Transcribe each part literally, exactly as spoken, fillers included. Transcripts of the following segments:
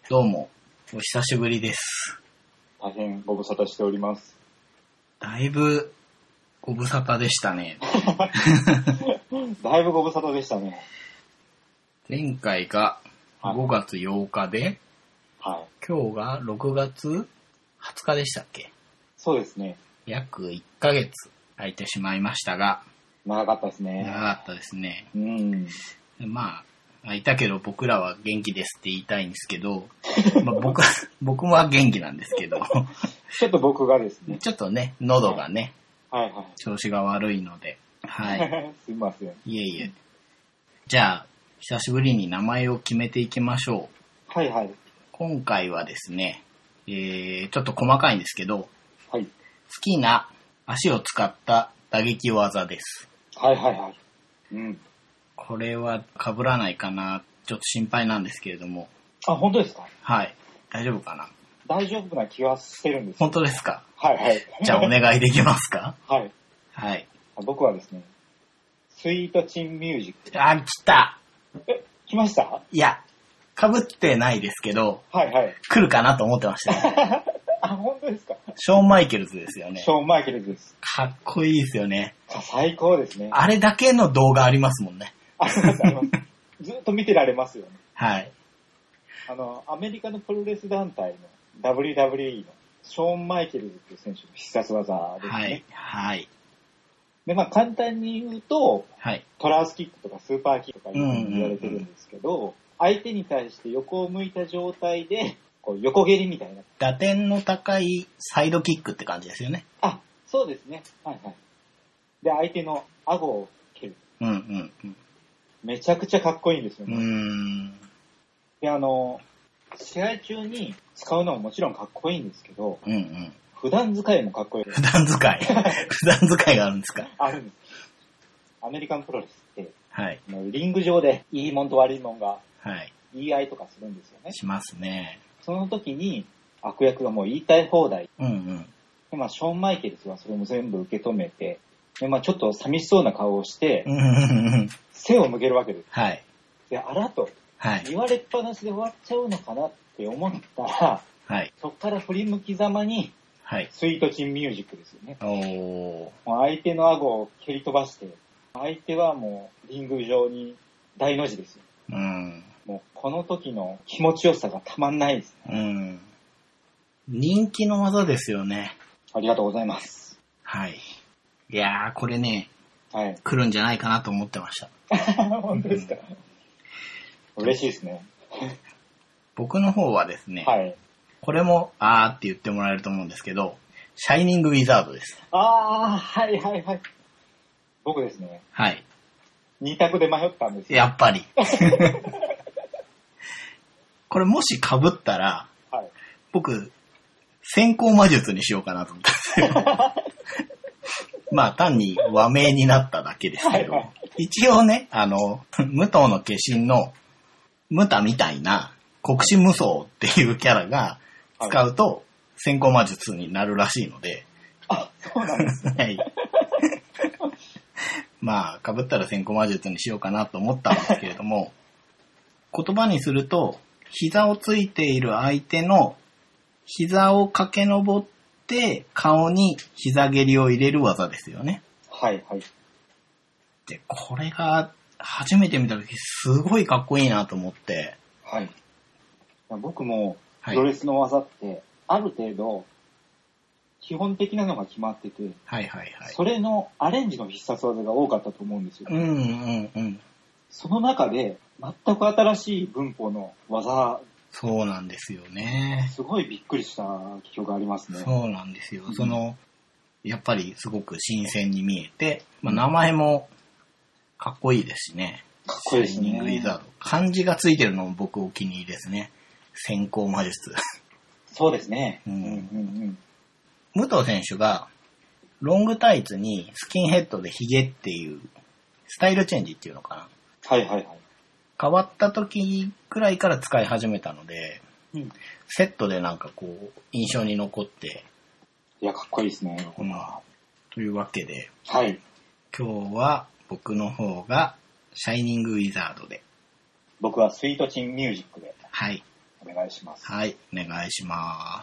どうも、お久しぶりです。 大変ご無沙汰しております。 だいぶご無沙汰でしたね。 だいぶご無沙汰でしたね。 前回がごがつようかで、 はい、 今日がろくがつはつかでしたっけ？ そうですね。 約いっかげつ空いてしまいましたが、 長かったですね。 長かったですね。 うん。 まあ、いたけど僕らは元気ですって言いたいんですけど、まあ、僕は、僕は元気なんですけど、 ちょっと僕がですね。 ちょっとね、喉がね、 はいはい、 調子が悪いので、はい。 すいません。 いえいえ。じゃあ、久しぶりに名前を決めていきましょう。 はいはい。 今回はですね、えー、ちょっと細かいんですけど、 はい。 好きな足を使った打撃技です。 はいはいはい。うん。 これは被らないかな、ちょっと心配なんですけれども。 あ、本当ですか？ はい。大丈夫かな？ 大丈夫な気はしてるんです。 本当ですか？ はいはい。 じゃあお願いできますか？ はい。 はい。 僕はですね、スイートチンミュージック。 あ、来た。 え、来ました？ いや、被ってないですけど、 はいはい。 来るかなと思ってましたね。 あ、本当ですか？ ショーン・マイケルズですよね。 ショーン・マイケルズです。 かっこいいですよね。 最高ですね。 あれだけの動画ありますもんね。 ありますあります。ずっと見てられますよね。 はい。 あの、アメリカのプロレス団体の ダブリューダブリューイー のショーン・マイケルズっていう選手の必殺技ですね。 はい。はい。 で、まあ簡単に言うと、 はい、 トラウスキックとかスーパーキックとかいうふうに言われてるんですけど、うんうんうん、相手に対して横を向いた状態で、こう横蹴りみたいな。 打点の高いサイドキックって感じですよね。 あ、そうですね。はいはい。で、相手の顎を蹴る。 うんうんうん。 めちゃくちゃかっこいいんですよね。 うーん。 で、あの、試合中に使うのももちろんかっこいいんですけど、 うんうん、 普段使いもかっこいいです。 普段使い普段使いがあるんですか？ あるんです。アメリカンプロレスって、 はい、 リング上でいいもんと悪いもんが言い合いとかするんですよね。 しますね。 その時に悪役がもう言いたい放題。 うんうん、 でまあ、ショーン・マイケルズはそれも全部受け止めて、でまあ、ちょっと寂しそうな顔をして、背を向けるわけです。 はい、 で、あらと、 はい、 言われっぱなしで終わっちゃうのかなって思ったら、 はい、 そこから振り向きざまに、はい、スイートチンミュージックですよね。 おもう相手の顎を蹴り飛ばして、相手はもうリング上に大の字ですよ。 うん、 もうこの時の気持ちよさがたまんないですね。 うん、人気の技ですよね。 ありがとうございます。 はい。いやー、これね、 はい、 来るんじゃないかなと思ってました。 本当ですか？うん、嬉しいですね。 僕の方はですね、 はい、 これもあーって言ってもらえると思うんですけど、シャイニングウィザードです。 あー、はいはいはい。僕ですね。 はい。 二択で迷ったんですよ。 やっぱり。これもし被ったら、はい、僕、先行魔術にしようかなと思ったんですよ。まあ単に和名になっただけですけど、はいはい、一応ね、あの、武藤の化身のムタみたいな国士無双っていうキャラが使うと先行魔術になるらしいので、 あ、そうなんですね。はい。 まあ被ったら先行魔術にしようかなと思ったんですけれども、言葉にすると膝をついている相手の膝を駆け上って顔に膝蹴りを入れる技ですよね。 はいはい。 で、これが初めて見たときすごいかっこいいなと思って。 はい。僕もプロレスの技ってある程度基本的なのが決まってて、 はいはいはい。 それのアレンジの必殺技が多かったと思うんですよ。 うんうんうん。 その中で全く新しい文法の技。 そうなんですよね。 すごいびっくりした記憶がありますね。 そうなんですよ。うん、その、やっぱりすごく新鮮に見えて、まあ、名前もかっこいいですしね。 かっこいいですね。 シャイニングウィザード。漢字がついてるのも僕お気に入りですね。先行魔術。 そうですね。 うんうんうん、武藤選手がロングタイツにスキンヘッドでヒゲっていうスタイルチェンジっていうのかな。 はいはいはい。変わった時くらいから使い始めたので、うん、セットでなんかこう印象に残って。 いや、かっこいいですね。 うん、というわけで、 はい。 今日は僕の方がシャイニングウィザードで。 僕はスイートチンミュージックで。 はい。 お願願いします。 はい、お願いします。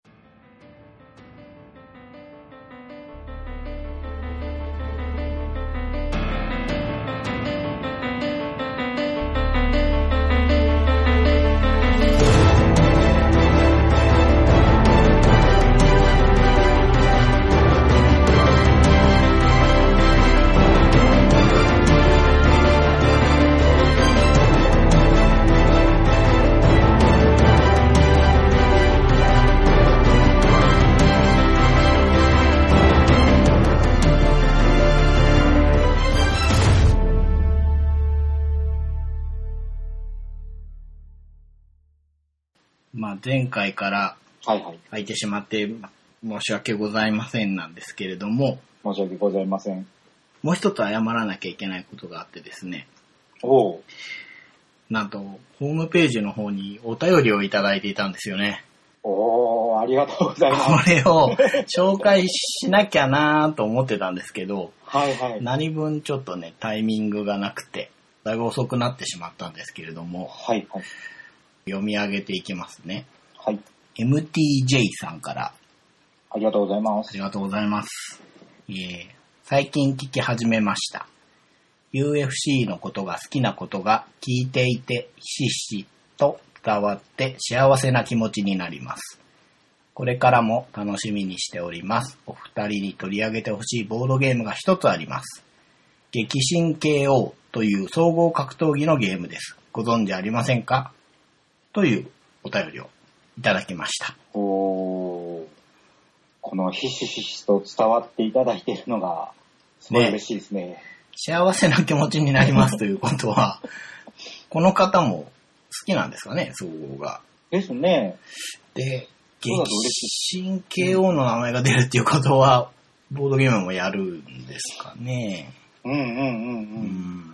まあ、前回から空いてしまって申し訳ございませんなんですけれども、 申し訳ございません。 もう一つ謝らなきゃいけないことがあってですね。 おう。 なんと、ホームページの方にお便りをいただいていたんですよね。 おー、ありがとうございます。 これを紹介しなきゃなと思ってたんですけど、 はいはい。 何分ちょっとね、タイミングがなくて、だいぶ遅くなってしまったんですけれども、 はいはい。 読み上げていきますね。 はい。 エムティージェイ さんから。 ありがとうございます。 ありがとうございます。えー、最近聞き始めました。ユーエフシー のことが好きなことが聞いていてひしひしと伝わって幸せな気持ちになります。これからも楽しみにしております。お二人に取り上げてほしいボードゲームが一つあります。激震 ケーオー という総合格闘技のゲームです。ご存知ありませんか？というお便りをいただきました。 おー、このひしひしと伝わっていただいているのがすごい嬉しいですね。ね、 幸せな気持ちになりますということは、この方も好きなんですかね、総合が。 ですね。 で、激震 ケーオー の名前が出るっていうことは、ボードゲームもやるんですかね。 うんうんうんうん。 うん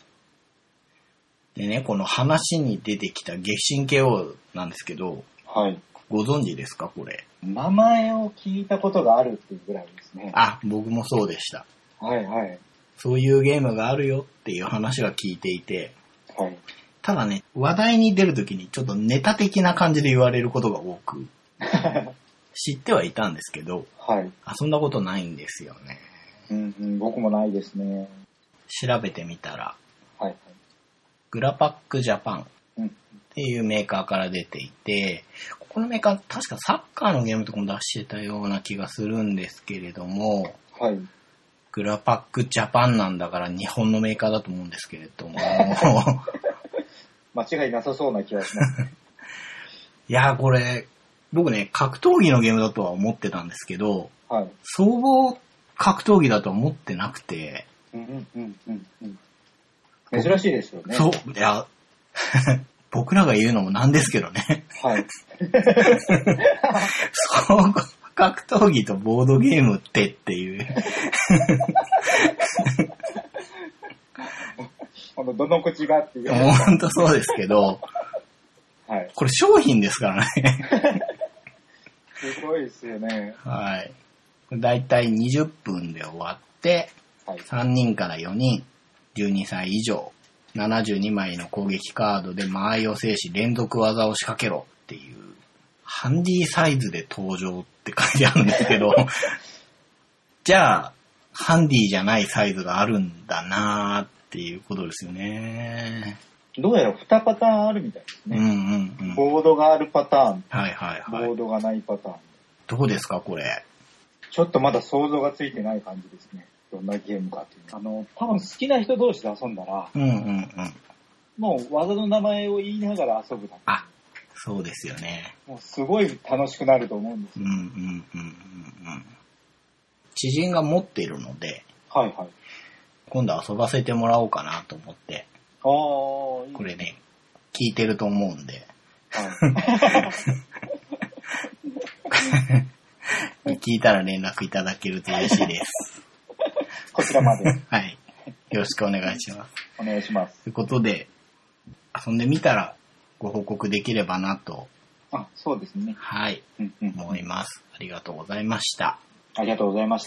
でね、この話に出てきた激震 ケーオー なんですけど、 はい。 ご存知ですか、これ。 名前を聞いたことがあるっていうぐらいですね。 あ、僕もそうでした。 はいはい。 そういうゲームがあるよっていう話は聞いていて、 はい。 ただね、話題に出るときにちょっとネタ的な感じで言われることが多く、知ってはいたんですけど、 はい。 遊んだことないんですよね。 うんうん、僕もないですね。 調べてみたら、 はいはい。 グラパックジャパンっていうメーカーから出ていて、ここのメーカー確かサッカーのゲームとかも出してたような気がするんですけれども、 はい。 グラパックジャパンなんだから日本のメーカーだと思うんですけれども、 間違いなさそうな気がしますね。 いやーこれ、僕ね、格闘技のゲームだとは思ってたんですけど、 はい。 総合格闘技だとは思ってなくて、 うんうんうんうん。珍しいですよね。 そう、いや、僕らが言うのもなんですけどね。 はい。 総合格闘技とボードゲームってっていう。 どの口がっていう。 本当そうですけど、 はい。 これ商品ですからね。 すごいですよね。 はい。だいたいにじゅっぷんで終わって、はい、さんにんからよにん、じゅうにさい以上、ななじゅうにまいの攻撃カードで間合いを制し連続技を仕掛けろっていう、ハンディサイズで登場って書いてあるんですけど、じゃあ、ハンディじゃないサイズがあるんだなーっていうことですよね。 どうやらにパターンあるみたいですね。 うんうんうん。 ボードがあるパターン。 はいはいはい。 ボードがないパターン。どうですかこれ。 ちょっとまだ想像がついてない感じですね。どんなゲームかっていう。あの、多分好きな人同士で遊んだら、 うんうんうん。 もう技の名前を言いながら遊ぶだけ。 あ、そうですよね。 もうすごい楽しくなると思うんですよ。 うんうんうんうんうん。知人が持っているので、 はいはい。 今度遊ばせてもらおうかなと思って。 ああ、いい。 これね、聞いてると思うんで。 はい、 聞いたら連絡いただけると嬉しいです。 こちらまで。 はい。よろしくお願いします。 お願いします。 ということで、遊んでみたらご報告できればなと。 あ、そうですね。 はい。うんうん、思います。ありがとうございました。 ありがとうございました。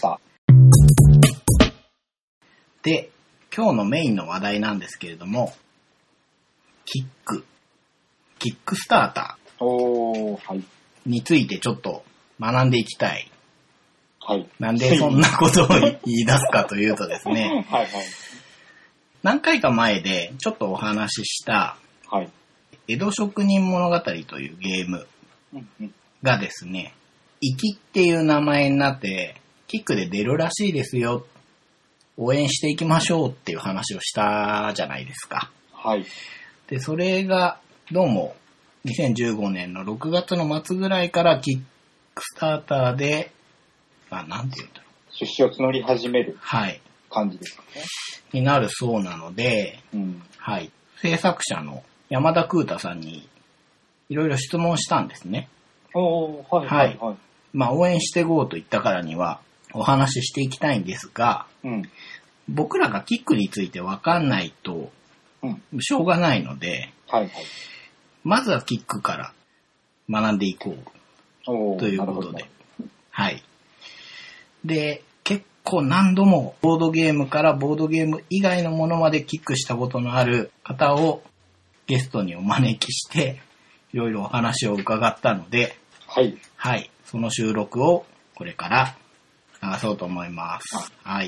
で、今日のメインの話題なんですけれども、キック。 キックスターターについてちょっと学んでいきたい。 はい。 なんでそんなことを言い出すかというとですね、はいはい、何回か前でちょっとお話しした、はい、江戸職人物語というゲームがですね、イキっていう名前になってキックで出るらしいですよ、応援していきましょうっていう話をしたじゃないですか。はい。で、それがどうもにせんじゅうごねんのろくがつの末ぐらいからキックスターターで、あ、なんて言うんだろう。出資を募り始める感じですかね。はい、 になるそうなので、うん、はい。制作者の山田空太さんにいろいろ質問したんですね。 おー、はいはいはい。はい、 まあ応援していこうと言ったからにはお話ししていきたいんですが、うん、僕らがキックについて分かんないとしょうがないので、はいはい、まずはキックから学んでいこうということで、はい。で、結構何度もボードゲームからボードゲーム以外のものまでキックしたことのある方をゲストにお招きしていろいろお話を伺ったので、はい。はい。その収録をこれから流そうと思います。はい。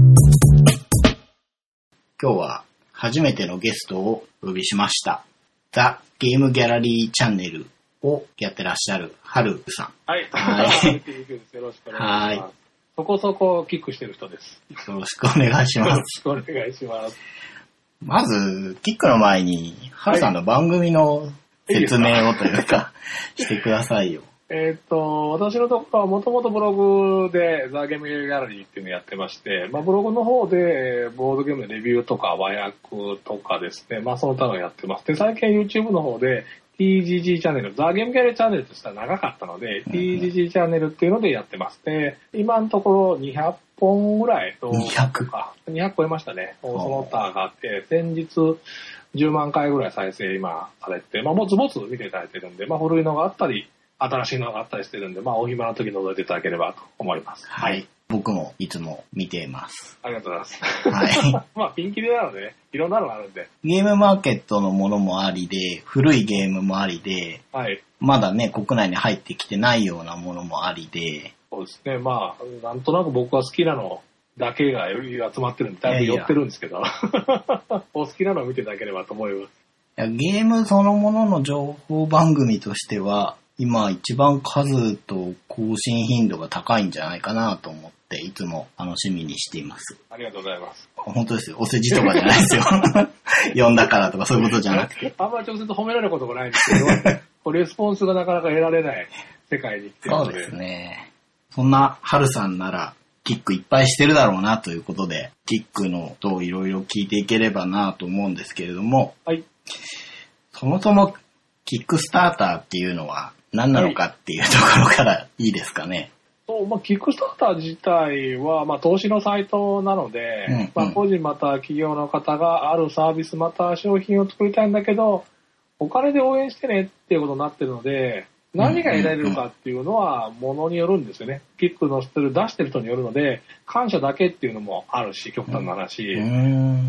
今日は初めてのゲストをお呼びしました。ザ・ゲームギャラリーチャンネルをやってらっしゃるはるさん。 はい。はい。よろしくお願いします。そこそこキックしてる人です。 よろしくお願いします。よろしくお願いします。 まず、キックの前に、はるさんの番組の説明をというか、はい、してくださいよ。 えっと、私のところはもともとブログでザ・ゲームギャラリーっていうのをやってまして、まあ、ブログの方でボードゲームのレビューとか和訳とかですね、まあその他のやってます。で、最近 YouTube の方で ティージージー チャンネル、ザ・ゲームギャラリーチャンネルとしては長かったので、うん、ティージージー チャンネルっていうのでやってます。で、今のところにひゃっぽんぐらいとにひゃくか、にひゃく超えましたね。その他があって、先日じゅうまんかいぐらい再生今されて、まあぼつぼつ見ていただいてるんで、まあ古いのがあったり、新しいのがあったりしてるんで、まあお暇な時に覗いていただければと思います。 はい。僕もいつも見ています。 ありがとうございます。はい。まあピンキリなのでね、いろんなのがあるんで。 ゲームマーケットのものもありで、古いゲームもありで、はい。まだね、国内に入ってきてないようなものもありで。 そうですね。まあ、なんとなく僕は好きなのだけが集まってるんで、だいぶ寄ってるんですけど、いやいやお好きなのを見ていただければと思います。いや、ゲームそのものの情報番組としては、今一番数と更新頻度が高いんじゃないかなと思っていつも楽しみにしています。 ありがとうございます。 本当ですよ。お世辞とかじゃないですよ。読んだからとかそういうことじゃなくて。 あんまり直接褒められることがないんですけど、レスポンスがなかなか得られない世界に来てるので。 そうですね。そんなハルさんならキックいっぱいしてるだろうなということで、キックのことをいろいろ聞いていければなと思うんですけれども、はい。そもそもキックスターターっていうのは何なのかっていうところからいいですかね。 そうまあ、キックスターター自体は、まあ、投資のサイトなので、うんうんまあ、個人また企業の方があるサービスまた商品を作りたいんだけど、お金で応援してねっていうことになってるので、何が得られるかっていうのはものによるんですよね。キックのしてる出してる人によるので、感謝だけっていうのもあるし、極端な話、うん、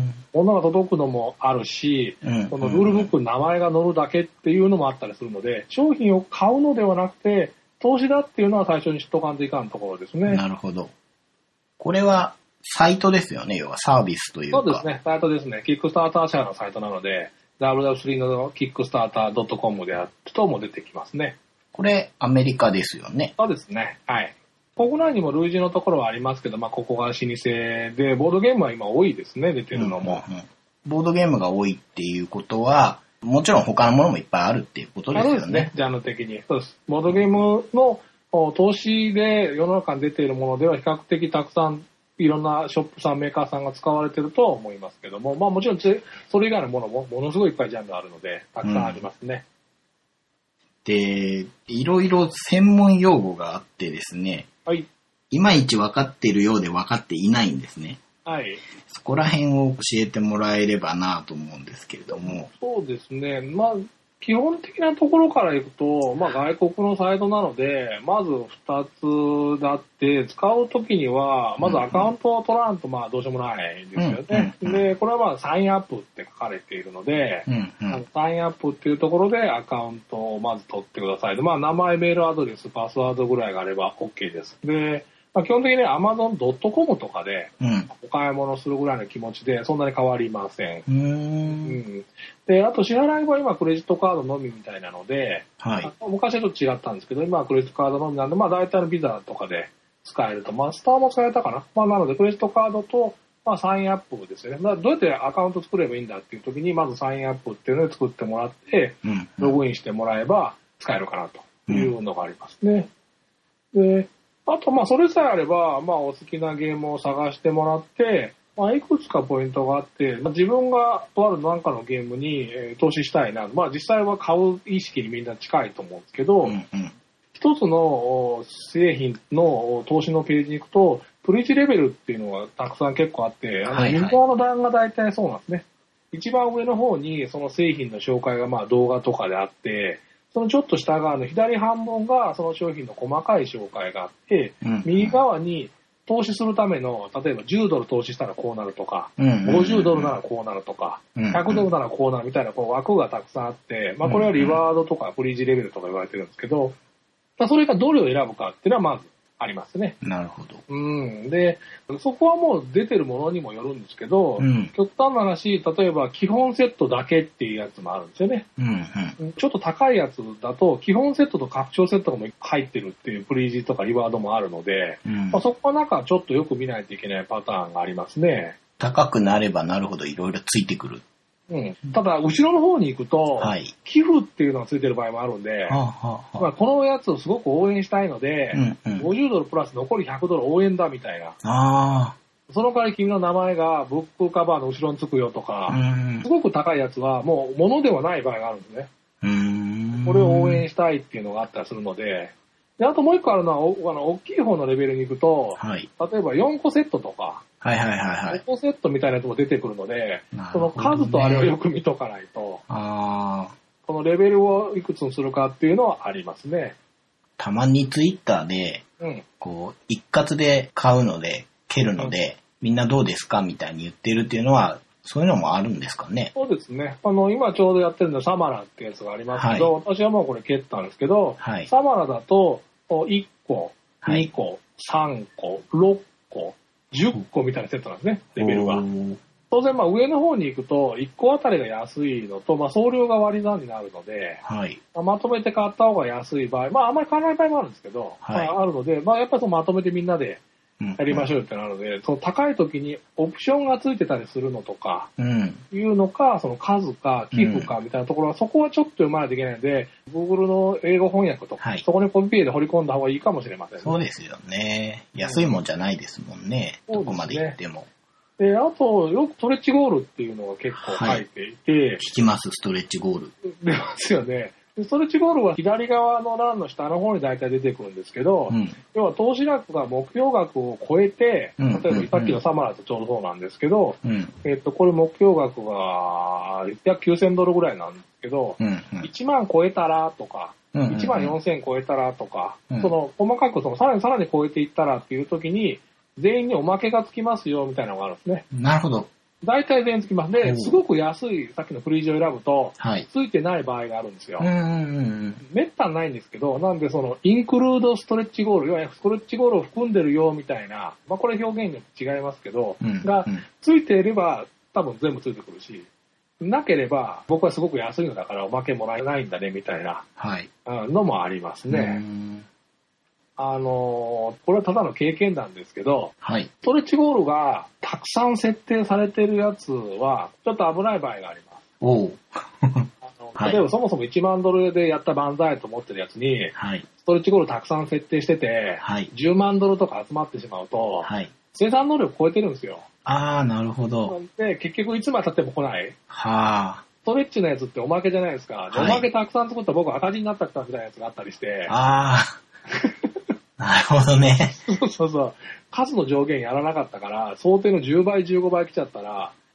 物が届くのもあるし、うん、このルールブックに名前が載るだけっていうのもあったりするので、商品を買うのではなくて投資だっていうのは最初に知っとかんといかんところですね。 なるほど。これはサイトですよね、要はサービスというか。 そうですね、サイトですね。キックスターター社のサイトなので、ダブリューダブリュースリー のキックスターター ドットコム でやるとも出てきますね。 これアメリカですよね。 そうですね。はい。国内にも類似のところはありますけど、まあここが老舗で、ボードゲームは今多いですね、出てるのも、うんうんうん。 ボードゲームが多いっていうことは、もちろん他のものもいっぱいあるっていうことですよね。そうですね、 ジャンル的に。そうです。ボードゲームの投資で世の中に出ているものでは比較的たくさんいろんなショップさん、メーカーさんが使われてると思いますけども、まあもちろんそれ以外のものもものすごいいっぱいジャンルあるので、たくさんありますね。 うん、で、いろいろ専門用語があってですね、はい。いまいち分かっているようで分かっていないんですね。はい。そこら辺を教えてもらえればなと思うんですけれども。 そうですね。まあ、 基本的なところからいくと、まあ外国のサイトなので、まず二つだって、使うときには、まずアカウントを取らんと、まあどうしようもないですよね。うんうんうん、で、これはまあサインアップって書かれているので、うんうん、あのサインアップっていうところでアカウントをまず取ってください。で、まあ名前、メールアドレス、パスワードぐらいがあれば OK です。で、まあ、基本的に アマゾンドットコム とかでお買い物するぐらいの気持ちでそんなに変わりません。うーん、うん、で、あと支払いは今クレジットカードのみみたいなので、はい、昔はちょっと違ったんですけど、今はクレジットカードのみなんで、まあ大体のビザとかで使えると、マスターも使えたかな。まあなのでクレジットカードと、まあサインアップですよね。まあ、どうやってアカウント作ればいいんだっていう時に、まずサインアップっていうのを作ってもらって、うん、ログインしてもらえば使えるかなというのがありますね。うん、であと、まあ、それさえあれば、まあ、お好きなゲームを探してもらって、まあ、いくつかポイントがあって、まあ、自分がとある何かのゲームに、えー、投資したいな。まあ、実際は買う意識にみんな近いと思うんですけど、うんうん、一つの製品の投資のページに行くと、プレイジレベルっていうのがたくさん結構あって、あの、右側の段が大体そうなんですね。一番上の方にその製品の紹介がまあ動画とかであって、そのちょっと下側の左半分がその商品の細かい紹介があって、うん、右側に投資するための、例えばじゅうドル投資したらこうなるとか、うん、ごじゅうドルならこうなるとか、うん、ひゃくドルならこうなるみたいなこう枠がたくさんあって、まあこれはリワードとかプリージレベルとか言われてるんですけど、まあ、それがどれを選ぶかっていうのはまずありますね。 なるほど。 うん。で、そこはもう出てるものにもよるんですけど、うん、極端な話、例えば基本セットだけっていうやつもあるんですよね。うんうん、ちょっと高いやつだと、基本セットと拡張セットがも入ってるっていうプリージとかリワードもあるので、うん、まあ、そこはなんかちょっとよく見ないといけないパターンがありますね。 高くなればなるほどいろいろついてくる。 うん、ただ、後ろの方に行くと、はい、寄付っていうのがついてる場合もあるんで、はあはあまあ、このやつをすごく応援したいので、うんうん、ごじゅうドルプラス残りひゃくドル応援だみたいな。あその代わり君の名前がブックカバーの後ろにつくよとか、うん、すごく高いやつはもう物ではない場合があるんですね。うんこれを応援したいっていうのがあったりするので、であともう一個あるのは、あの大きい方のレベルに行くと、はい、例えばよんこセットとか、はいはいはいはい。ごこセットみたいなやつも出てくるので、ね、その数とあれをよく見とかないと、あこのレベルをいくつにするかっていうのはありますね。 たまにツイッターで、うん、こう、一括で買うので、蹴るので、うん、みんなどうですかみたいに言ってるっていうのは、そういうのもあるんですかね。 そうですね。あの、今ちょうどやってるのはサマラってやつがありますけど、はい、私はもうこれ蹴ったんですけど、はい、サマラだと、いっこ、にこ、さんこ、ろっこ、じゅっこみたいなセットなんですね、レベルが。当然、まあ上の方に行くと、いっこあたりが安いのと、まあ送料が割り算になるので、はいまあ、まとめて買った方が安い場合、まああんまり買わない場合もあるんですけど、はいまあ、あるので、まあやっぱりまとめてみんなでやりましょうってなるので、うんうん、その高い時にオプションがついてたりするのとか、うん、いうのか、その数か寄付かみたいなところは、うん、そこはちょっと読まないといけないので、Google の英語翻訳とか、はい、そこにコピペで掘り込んだ方がいいかもしれませんね。 そうですよね。安いもんじゃないですもんね。うん、どこまで行っても。 で、あと、よくストレッチゴールっていうのが結構書いていて、はい、 聞きます、ストレッチゴール。 出ますよね。ストレッチゴールは左側の欄の下の方に大体出てくるんですけど、うん、要は投資額が目標額を超えて、例えばさっきのサマラとちょうどそうなんですけど、うん、えっと、これ目標額が約きゅうせんドルぐらいなんですけど、うんうん、いちまん超えたらとか、いちまんよんせん超えたらとか、うん、その細かくそのさらにさらに超えていったらっていう時に、全員におまけがつきますよみたいなのがあるんですね。 なるほど。 大体全員つきます。で、すごく安い、さっきのフリージを選ぶと、はい、ついてない場合があるんですよ。うんうんうん、めったにないんですけど、なんでその、インクルードストレッチゴール、要はストレッチゴールを含んでるよみたいな、まあこれ表現によって違いますけど、うんうん、が、ついていれば多分全部ついてくるし、なければ僕はすごく安いのだからおまけもらえないんだねみたいな、はい、のもありますね。うんあのー、これはただの経験談ですけど、はい、ストレッチゴールがたくさん設定されてるやつは、ちょっと危ない場合があります。おうあの例えばそもそもいちまんドルでやった万歳と思ってるやつに、はい、ストレッチゴールたくさん設定してて、はい、じゅうまんドルとか集まってしまうと、はい、生産能力超えてるんですよ。 ああ、なるほど。 で、結局いつまで経っても来ない。はあ。ストレッチのやつっておまけじゃないですか。はい、おまけたくさん作ったら僕赤字になったみたいなやつがあったりして。ああ。 なるほどね。 そうそうそう。数の上限やらなかったから、想定のじゅうばい、じゅうごばい来ちゃったら、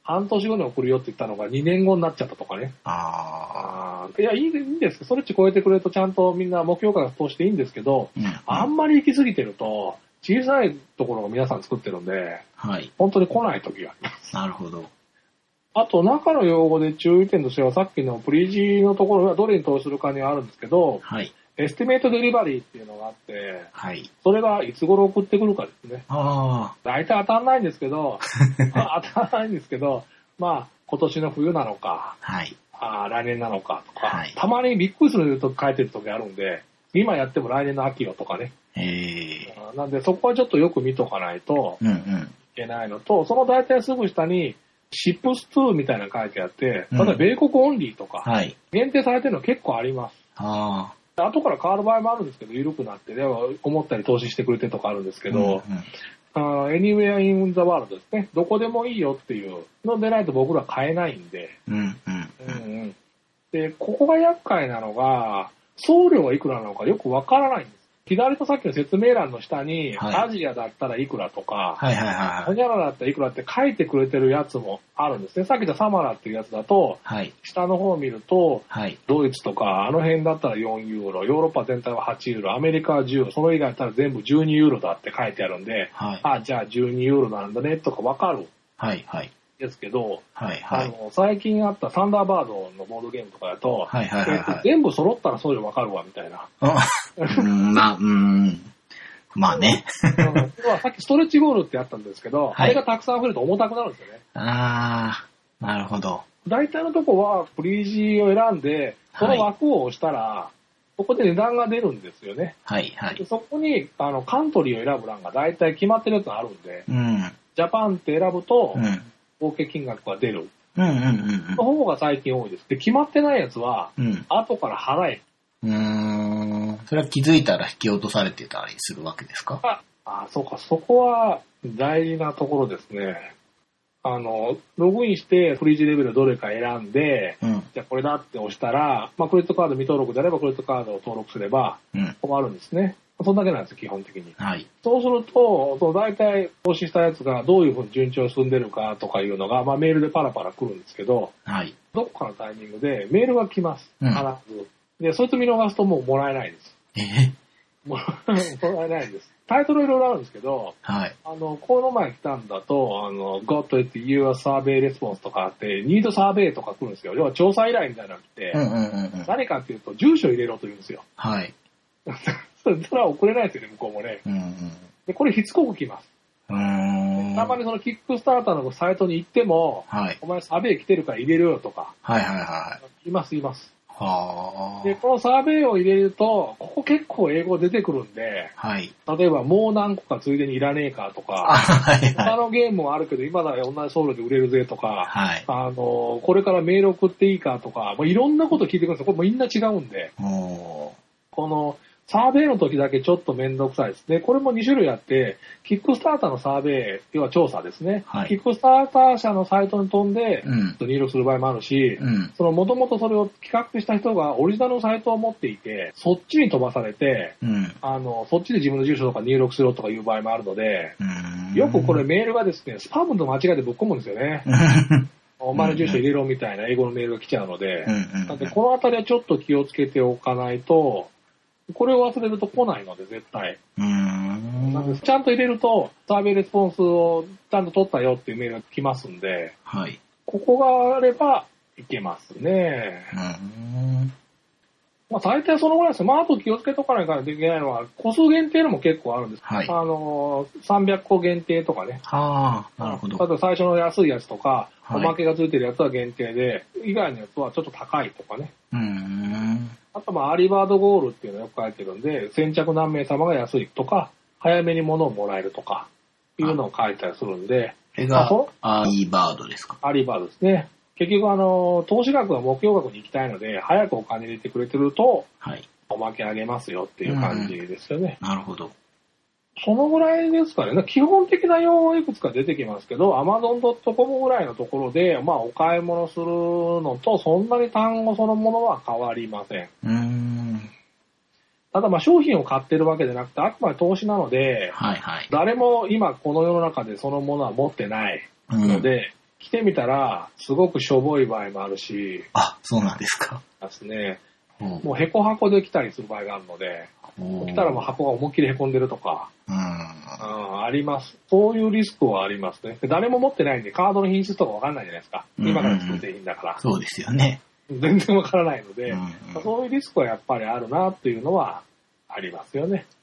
半年後に送るよって言ったのがにねんごになっちゃったとかね。 ああ。いや、いいんですけど、それっち超えてくれるとちゃんとみんな目標価が通していいんですけど、うんうん、あんまり行き過ぎてると、小さいところが皆さん作ってるんで、はい、本当に来ない時があります。 なるほど。 あと、中の用語で注意点としては、さっきのプリージのところがどれに投資するかにはあるんですけど、はい、エスティメイトデリバリーっていうのがあって、はい、それがいつ頃送ってくるかですね。あ大体当たんないんですけど、当たらないんですけど、まあ、今年の冬なのか、はい、あ来年なのかとか、はい、たまにびっくりすると書いてる時あるんで、今やっても来年の秋よとかね。へなんでそこはちょっとよく見とかないといけないのと、うんうん、その大体すぐ下にシップスツーみたいなの書いてあって、例えば米国オンリーとか、はい、限定されてるの結構あります。あ後から変わる場合もあるんですけど、緩くなって、でも思ったり投資してくれてとかあるんですけど、うんうん、uh, anywhere in the world ですね。どこでもいいよっていうのでないと僕ら買えないんで。うんうんうんうん、で、ここが厄介なのが、送料がいくらなのかよくわからないんです。左とさっきの説明欄の下に、はい、アジアだったらいくらとか、はいはいはい、アジアだったらいくらって書いてくれてるやつもあるんですね。さっきのサマラっていうやつだと、はい、下の方を見ると、はい、ドイツとかあの辺だったらよんユーロ、ヨーロッパ全体ははちユーロ、アメリカはじゅうユーロ、それ以外だったら全部じゅうにユーロだって書いてあるんで、はい、あ、じゃあじゅうにユーロなんだねとかわかる。はいはいですけど、はいはい、あの最近あったサンダーバードのボードゲームとかだと、はいはいはいはい、全部揃ったら送料わかるわみたいな。 うん、まあ、うん、まあね。 さっきストレッチゴールってあったんですけど、はい、あれがたくさん増えると重たくなるんですよね。 ああ、なるほど。 大体のとこはフリージーを選んで、その枠を押したら、はい、そこで値段が出るんですよね。はいはい。でそこにあのカントリーを選ぶ欄が大体決まってるやつがあるんで、うん、ジャパンって選ぶと、うん合計金額が出る。うんうんうんうん。の方が最近多いです。で、決まってないやつは、うん、後から払え。 うーん。それは気づいたら引き落とされてたりするわけですか？ あ、あ、そうか。そこは大事なところですね。あの、ログインしてフリージレベルどれか選んで、うん、じゃあこれだって押したら、まあクレジットカード未登録であればクレジットカードを登録すれば、困るんですね。そんだけなんですよ、基本的に。はい。そうすると、その大体投資したやつがどういうふうに順調に進んでるかとかいうのが、まあメールでパラパラ来るんですけど、はい。どこかのタイミングでメールが来ます。うん、必ず。で、そいつ見逃すともうもらえないです。えもらえないです。タイトルいろいろあるんですけど、はい。あの、この前来たんだと、あの、Got it your survey response とかあって、Need survey とか来るんですよ。要は調査依頼みたいなのが来て、うんうんうんうん、何かっていうと、住所入れろと言うんですよ。はい。それは送れないですよね、向こうもね。うんうん、でこれしつこく来ます。うーんたまにそのキックスターターのサイトに行っても、はい、お前サーベイ来てるから入れるよとか。はいはいはい。いますいます。はで、このサーベイを入れると、ここ結構英語出てくるんで、はい、例えばもう何個かついでにいらねえかとか、はいはい、他のゲームもあるけど今なら同じ送料で売れるぜとか、はい、あのこれからメール送っていいかとか、もういろんなこと聞いてくるんですよ。これもみんな違うんで。このサーベイの時だけちょっとめんどくさいですね。これもに種類あって、キックスターターのサーベイ、要は調査ですね。はい、キックスターター社のサイトに飛んで、うん、入力する場合もあるし、うん、その元々それを企画した人がオリジナルのサイトを持っていて、そっちに飛ばされて、うん、あの、そっちで自分の住所とか入力しろとかいう場合もあるので、よくこれメールがですね、スパムと間違えてぶっ込むんですよね。お前の住所入れろみたいな英語のメールが来ちゃうので、なんでこのあたりはちょっと気をつけておかないと、これを忘れると来ないので、絶対。うーんなんでちゃんと入れると、サーベイレスポンスをちゃんと取ったよっていうメールが来ますんで、はい、ここがあればいけますね。うーんまあ、大体そのぐらいですよ。まあ、あと気をつけとかないからできないのは、個数限定のも結構あるんです。はい、あの、さんびゃっこ限定とかね。はあ、なるほど。例えば最初の安いやつとか、はい、おまけがついてるやつは限定で、以外のやつはちょっと高いとかね。うーんあと、まあ、アーリーバードゴールっていうのをよく書いてるんで、先着何名様が安いとか、早めに物をもらえるとか、いうのを書いたりするんで。 これがアーリーバードですか？ アーリーバードですね。結局、あの、投資額が目標額に行きたいので、早くお金入れてくれてると、はい、おまけあげますよっていう感じですよね。 なるほど。 そのぐらいですかね。基本的な用語いくつか出てきますけど、アマゾンドットコム ぐらいのところで、まあ、お買い物するのと、そんなに単語そのものは変わりません。うーんただ、まあ、商品を買ってるわけじゃなくて、あくまで投資なので、はいはい、誰も今この世の中でそのものは持ってないので、 来てみたら、すごくしょぼい場合もあるし。 あ、そうなんですか。 ですね。もうへこ箱で来たりする場合があるので、来たらもう箱が思いっきりへこんでるとか、うん、あります。そういうリスクはありますね。誰も持ってないんで、カードの品質とかわかんないじゃないですか。今から作っていいんだから。 そうですよね。 全然わからないので、うんうん、そういうリスクはやっぱりあるなっていうのはありますよね。うん、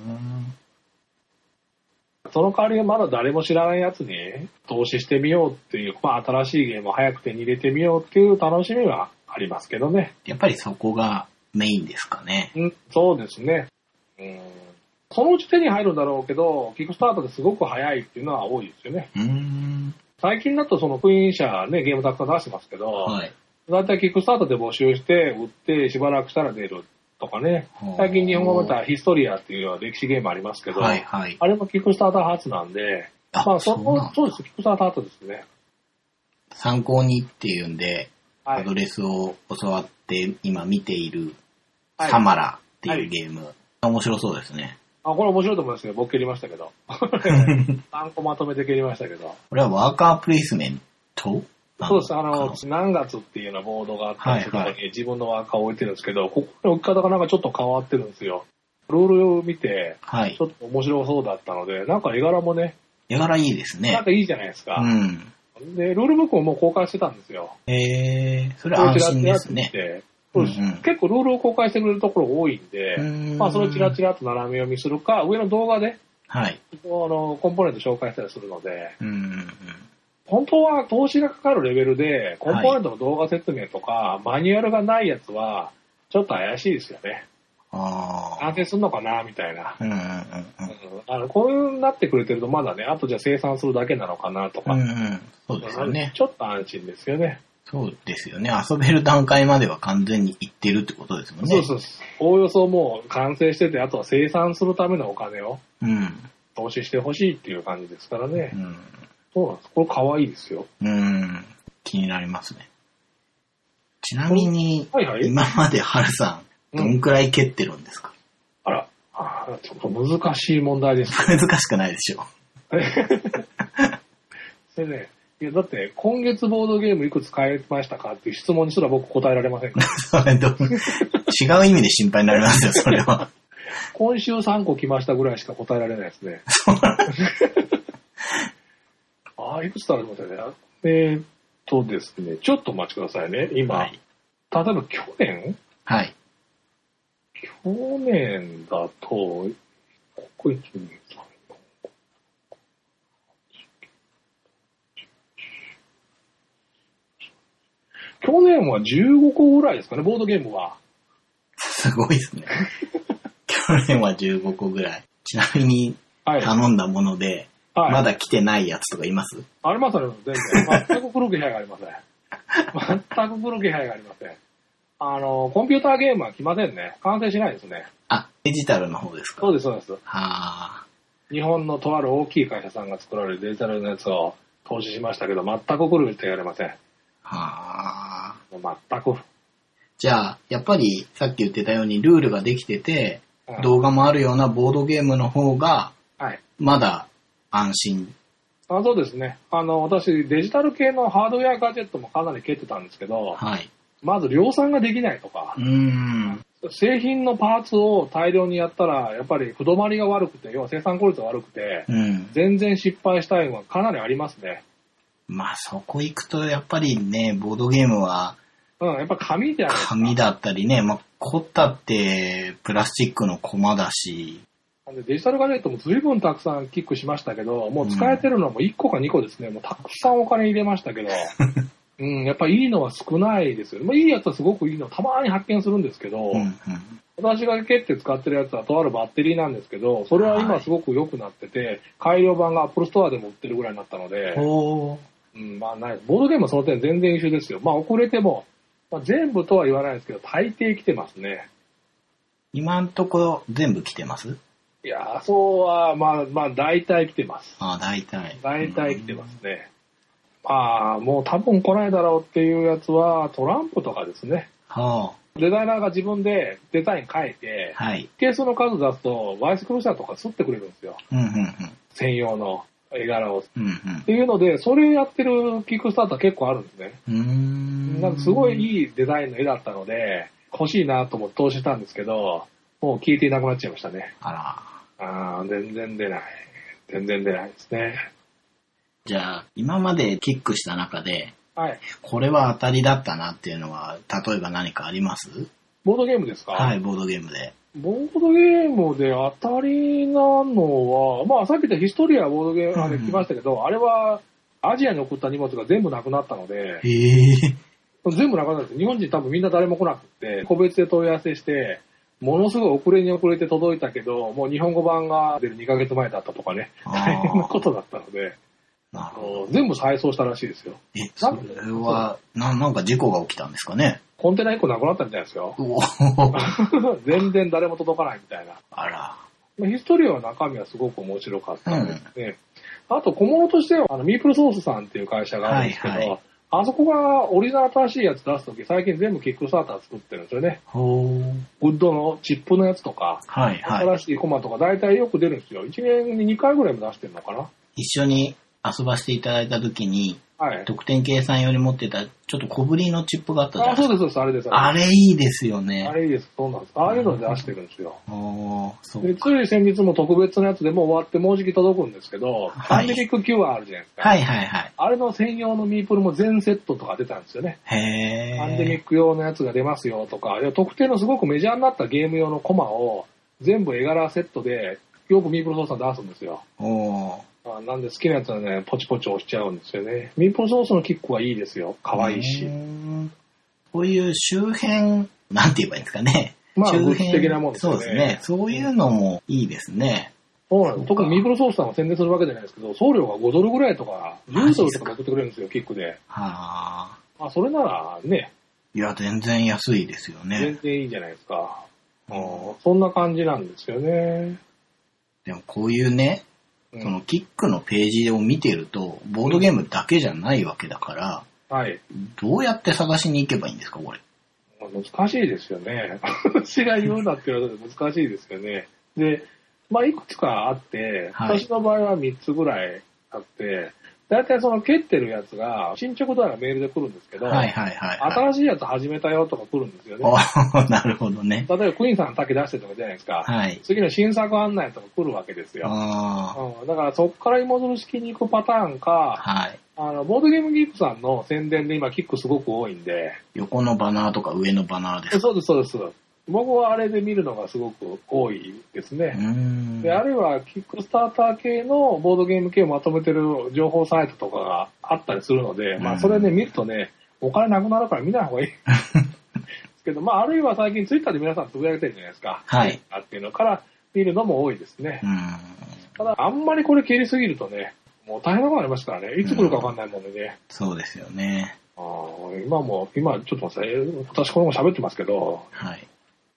その代わりまだ誰も知らないやつに投資してみようっていう、まあ、新しいゲームを早く手に入れてみようっていう楽しみはありますけどね。 やっぱりそこがメインですかね。 うん、そうですね。うん、そのうち手に入るんだろうけど、キックスタートですごく早いっていうのは多いですよね。うーん、最近だとそのクイーン社ね、ゲームたくさん出してますけど、はい、だいたいキックスタートで募集して売ってしばらくしたら出るとかね。最近日本語またヒストリアっていう歴史ゲームありますけど、はいはい、あれもキックスターター発なんで、あ、まあそこ、そうです、キックスターター発ですね。 参考にっていうんで、はい、アドレスを教わって今見ているサマラっていうゲーム、はいはい、面白そうですね。 あ、これ面白いと思いますよ。僕蹴りましたけど。さんこまとめて蹴りましたけど。 これはワーカープレイスメント？ そうです。あの、何月っていうようなボードがあったりするときに自分のワーカーを置いてるんですけど、ここの置き方がなんかちょっと変わってるんですよ。ルールを見て、はい、ちょっと面白そうだったので、なんか絵柄もね。 絵柄いいですね。 なんかいいじゃないですか。うん。で、ルールブックももう公開してたんですよ。 へえー、それ安心ですね。 そうです、うんうん、結構ルールを公開してくれるところ多いんで、んまあそれをチラチラと斜め読みするか、上の動画で、はい、あのコンポーネント紹介したりするので、うんうん、本当は投資がかかるレベルで、コンポーネントの動画説明とか、はい、マニュアルがないやつは、ちょっと怪しいですよね。あ安定するのかなみたいな、うんうんうんうん、あの。こういうなってくれてると、まだね、あとじゃあ生産するだけなのかなとか、うんうん、そうですよね。ちょっと安心ですよね。 そうですよね。遊べる段階までは完全にいってるってことですもんね。 そうそう。おおよそもう完成してて、あとは生産するためのお金を投資してほしいっていう感じですからね。うん、そうなんです。これ可愛いですよ。 うん。気になりますね。ちなみに、はいはい、今までハルさん、どんくらい蹴ってるんですか？ うん、あらあ、ちょっと難しい問題です、 ね。難しくないでしょ。 それね、いやだって今月ボードゲームいくつ買いましたかっていう質問にすら僕答えられませんから。違う意味で心配になりますよ、それは。 今週さんこ来ましたぐらいしか答えられないですね。ああ、いくつだろうと思ってね。えー、っとですね、ちょっとお待ちくださいね。今、はい、例えば去年はい。去年だと、ここいちねん。去年はじゅうごこぐらいですかね、ボードゲームは。 すごいですね。去年はじゅうごこぐらい。ちなみに、頼んだもので、はい、まだ来てないやつとかいます？ ありますあります、全然。全く来る気配がありません。全く来る気配がありません。あの、コンピューターゲームは来ませんね。完成しないですね。 あ、デジタルの方ですか？ そうです、そうです。はあ。日本のとある大きい会社さんが作られるデジタルのやつを投資しましたけど、全く来るって言われません。はあ。もう全く。 じゃあ、やっぱりさっき言ってたようにルールができてて、うん、動画もあるようなボードゲームの方が、はい。まだ安心。 あ、そうですね。あの、私、デジタル系のハードウェアガジェットもかなり蹴ってたんですけど、はい。まず量産ができないとか、うーん。製品のパーツを大量にやったら、やっぱり不止まりが悪くて、要は生産効率が悪くて、うん、全然失敗したいのはかなりありますね。 まあそこ行くとやっぱりね、ボードゲームは、 うん、やっぱ紙じゃないですか。 紙だったりね、まあ凝ったってプラスチックのコマだし。 デジタルガジェットも随分たくさんキックしましたけど、もう使えてるのはもういっこかにこですね。もうたくさんお金入れましたけど、うん、やっぱりいいのは少ないですよね。まあ、いいやつはすごくいいのたまに発見するんですけど、うんうん、私が蹴って使ってるやつはとあるバッテリーなんですけど、それは今すごく良くなってて、はい、改良版が Apple Store でも売ってるぐらいになったので、うん、まあない。ボードゲームはその点全然一緒ですよ。まあ遅れても、まあ、全部とは言わないですけど、大抵来てますね。 今んところ全部来てます？ いや、そうは、まあまあ大体来てます。 ああ、大体。 大体来てますね。まあ、もう多分来ないだろうっていうやつはトランプとかですね。はあ、デザイナーが自分でデザイン変えて、はい、ケースの数出すとバイスクル車とか吸ってくれるんですよ。うんうんうん、専用の。 絵柄を、うんうん。っていうので、それをやってるキックスターター結構あるんですね。うーん。なんかすごいいいデザインの絵だったので、欲しいなと思って投資したんですけど、もう消えていなくなっちゃいましたね。あら。ああ、全然出ない。全然出ないですね。 じゃあ、今までキックした中で、はい。これは当たりだったなっていうのは、例えば何かあります？ ボードゲームですか？ はい、ボードゲームで。 ボードゲームで当たりなのは、まあさっき言ったヒストリアボードゲームで来ましたけど、うん、あれはアジアに送った荷物が全部なくなったので、へー、全部なくなったんです。日本人多分みんな誰も来なくて、個別で問い合わせして、ものすごい遅れに遅れて届いたけど、もう日本語版が出るにかげつまえだったとかね、大変なことだったので、なるほど、全部再送したらしいですよ。 え、それはな、なんか事故が起きたんですかね？ コンテナいっこなくなったみたいですよ。全然誰も届かないみたいな。あら。ヒストリアは中身はすごく面白かったんですね。うん、あと小物としては、あのミープルソースさんっていう会社があるんですけど、はいはい、あそこがオリジナル新しいやつ出すとき、最近全部キックスターター作ってるんですよね。ウッドのチップのやつとか、はいはい、新しいコマとか大体よく出るんですよ。いちねんににかいぐらいも出してるのかな。 一緒に遊ばせていただいたときに、はい、得点計算用に持ってたちょっと小ぶりのチップがあったじゃないですか。 あ、そうです、そうです、あれです。 あれいいですよね。 あれいいです、そうなんです。ああいうので出してるんですよ。うん、そうでつい先日も特別なやつでもう終わってもうじき届くんですけど、はい、パンデミック キュアあるじゃないですか。はいはいはい。あれの専用のミープルも全セットとか出たんですよね。へー。パンデミック用のやつが出ますよとか、特定のすごくメジャーになったゲーム用のコマを全部絵柄セットでよくミープルソースさん出すんですよ。おー。あ、なんで好きなやつはね、ポチポチ押しちゃうんですよね。ミープルソースのキックはいいですよ。可愛いし。 こういう周辺、なんて言えばいいんですかね。 まあ、物的なもんですね。 そうですね。そういうのもいいですね。 そうなんです。特にミープルソースさんは宣伝するわけじゃないですけど、送料がごドルぐらいとか、じゅうドルとか送ってくれるんですよ、キックで。はあ。あ、それならね。 いや、全然安いですよね。 全然いいじゃないですか。うん、そんな感じなんですよね。 でもこういうね、そのキックのページを見てると、ボードゲームだけじゃないわけだから、うん、はい。どうやって探しに行けばいいんですか、これ。 難しいですよね。私が言うなって言われたら難しいですよね。で、まあ、いくつかあって、はい、私の場合はみっつぐらいあって、だいたいその蹴ってるやつが、進捗度合いがメールで来るんですけど、はいはいはいはい、新しいやつ始めたよとか来るんですよね。 なるほどね。 例えばクイーンさん竹出してるとかじゃないですか。はい、次の新作案内とか来るわけですよ。うん、だからそこから芋づる式に行くパターンか、はい、あのボードゲームギークさんの宣伝で今キックすごく多いんで。 横のバナーとか上のバナーですか？ そうですそうです。僕はあれで見るのがすごく多いですね。で、あるいはキックスターター系のボードゲーム系をまとめてる情報サイトとかがあったりするので、まあそれね見るとね、お金なくなるから見ない方がいいですけど、まああるいは最近ツイッターで皆さんつぶやいてるじゃないですか。はい。っていうのから見るのも多いですね。ただあんまりこれ蹴りすぎるとね、もう大変なことになりますからね。いつ来るかわかんないもんでね。 そうですよね。 あ今も、今ちょっと待ってください。私このまま喋ってますけど、はい。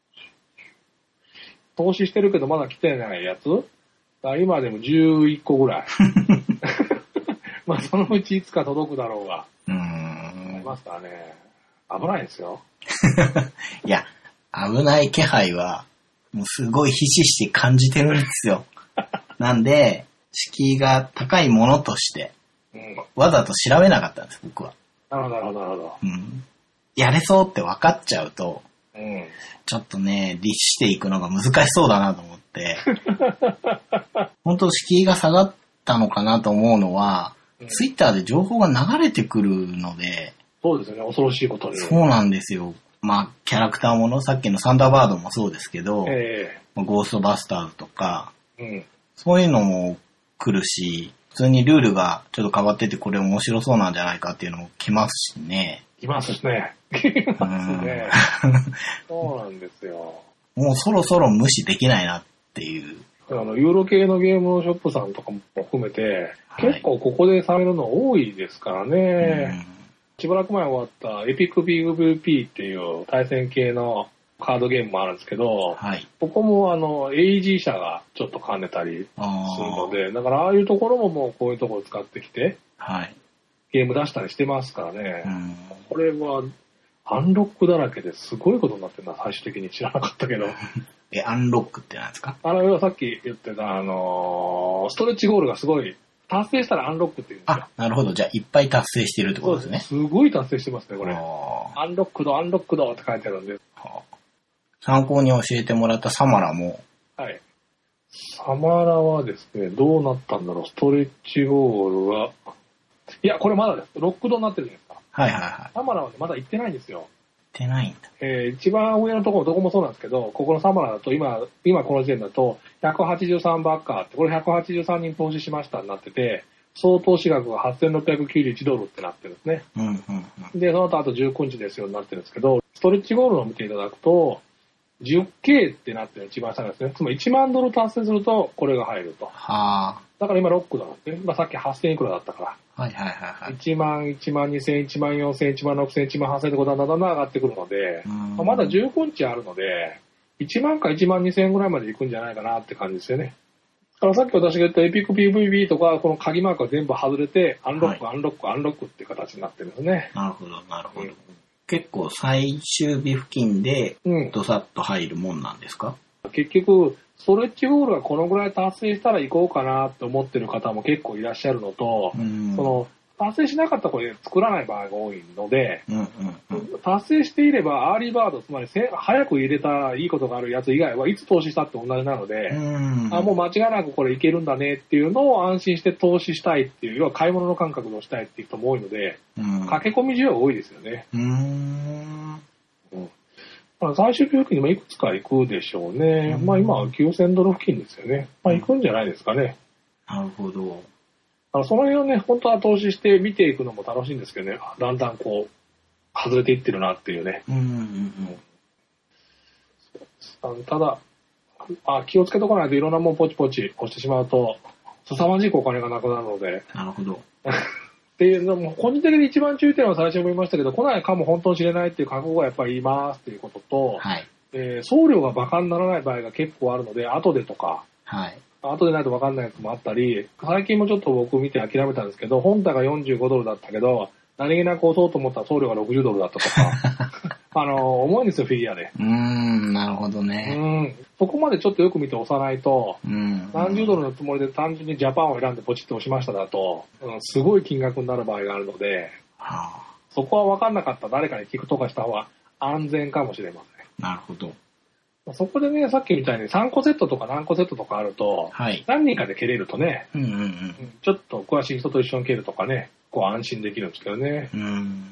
投資してるけどまだ来てないやつ今でもじゅういっこぐらい。まあそのうちいつか届くだろうが。うーん。ありますからね。危ないですよ。 いや、危ない気配は、もうすごいひしひし感じてるんですよ。なんで、敷居が高いものとして、うん、わざと調べなかったんです、僕は。 なるほど、なるほど、なるほど。うん。 やれそうって分かっちゃうと、うん、ちょっとね、律していくのが難しそうだなと思って、本当敷居が下がったのかなと思うのは、うん、ツイッターで情報が流れてくるので、 そうですよね、恐ろしいことで。 そうなんですよ。まあ、キャラクターもの、さっきのサンダーバードもそうですけど、えー、ゴーストバスターズとか、うん、そういうのも来るし、普通にルールがちょっと変わっててこれ面白そうなんじゃないかっていうのも来ますしね。 来ますね。来ますね。そうなんですよ。 もうそろそろ無視できないなっていう。 あの、ユーロ系のゲームショップさんとかも含めて、はい、結構ここでされるの多いですからね。しばらく前終わったエピック ピーブイピー っていう対戦系のカードゲームもあるんですけど、はい、ここもあの エーイージー 社がちょっと兼ねたりするので、だからああいうところももうこういうところを使ってきて、はい、ゲーム出したりしてますからね。うん、これはアンロックだらけですごいことになってるのは最終的に知らなかったけど。 え、アンロックって何ですか？ あの、さっき言ってたあのー、ストレッチゴールがすごい達成したらアンロックって言うんですよ。 あ、なるほど。じゃあ、いっぱい達成してるってことですね。 すごい達成してますね、これ。アンロックド、アンロックドって書いてあるんで。はあ、 参考に教えてもらったサマラも。 はい。サマラはですね、どうなったんだろう。ストレッチゴールは、いや、これまだです。ロックドになってるじゃないですか。 はいはいはい。 サマラは、ね、まだ行ってないんですよ。 行ってないんだ。 えー、一番上のところ、どこもそうなんですけど、ここのサマラだと、今、今この時点だと、ひゃくはちじゅうさんバッカーって、これひゃくはちじゅうさんにん投資しましたになってて、総投資額がはっせんろっぴゃくきゅうじゅういちドルってなってるんですね。 うんうんうん、 で、その後あとじゅうくにちですようになってるんですけど、ストレッチゴールドを見ていただくと、じゅっケー ってなってるの一番下ですね。つまりいちまんドル達成すると、これが入ると。 はあ。 だから今ロックなんですね。まあさっきはっせんいくらだったから。 はいはいはいはい。 いちまん、いちまんにせん、いちまんよんせん、いちまんろくせん、いちまんはっせんってことはだんだん上がってくるので、まあ、まだじゅうごにちあるので、いちまんかいちまんにせんぐらいまで行くんじゃないかなって感じですよね。だからさっき私が言ったエピック ピーブイビー とか、この鍵マークが全部外れて、アンロック、はい、アンロック、アンロックって形になってるんですね。 なるほど、なるほど。うん、結構最終日付近でドサッと入るもんなんですか？ うん、結局、ストレッチゴールがこのぐらい達成したら行こうかなって思ってる方も結構いらっしゃるのと、うん、その達成しなかったらこれ作らない場合が多いので、うんうんうん、達成していればアーリーバード、つまり早く入れたらいいことがあるやつ以外はいつ投資したって同じなので、うん、あ、もう間違いなくこれいけるんだねっていうのを安心して投資したいっていう、要は買い物の感覚をしたいっていう人も多いので、うん、駆け込み需要が多いですよね。うーん、うん、最終日付近にもいくつか行くでしょうね。うん、まあ今はきゅうせんドル付近ですよね。まあ行くんじゃないですかね。 なるほど。 あのその辺をね、本当は投資して見ていくのも楽しいんですけどね、だんだんこう、外れていってるなっていうね。うんうんうん、ただあ、気をつけとかないといろんなもんポチポチ押してしまうと、凄まじいお金がなくなるので。 なるほど。 っていうのも、個人的に一番注意点は最初にも言いましたけど、来ないかも本当に知れないっていう覚悟がやっぱり言いますっていうことと、はい、えー、送料がバカにならない場合が結構あるので、後でとか、はい、後でないと分かんないやつもあったり、最近もちょっと僕見て諦めたんですけど、本体がよんじゅうごドルだったけど、何気なく押そうと思ったら送料がろくじゅうドルだったとか、あの、重いんですよ、フィギュアで。 うーん、なるほどね。 うん。そこまでちょっとよく見て押さないと、うん、何十ドルのつもりで単純にジャパンを選んでポチッと押しましただと、うん、すごい金額になる場合があるので、はあ、そこは分かんなかった誰かに聞くとかした方が安全かもしれません。 なるほど。 そこでね、さっきみたいにさんこセットとか何個セットとかあると、はい、何人かで蹴れるとね、うんうんうん、ちょっと詳しい人と一緒に蹴るとかね、こう安心できるんですけどね。うん、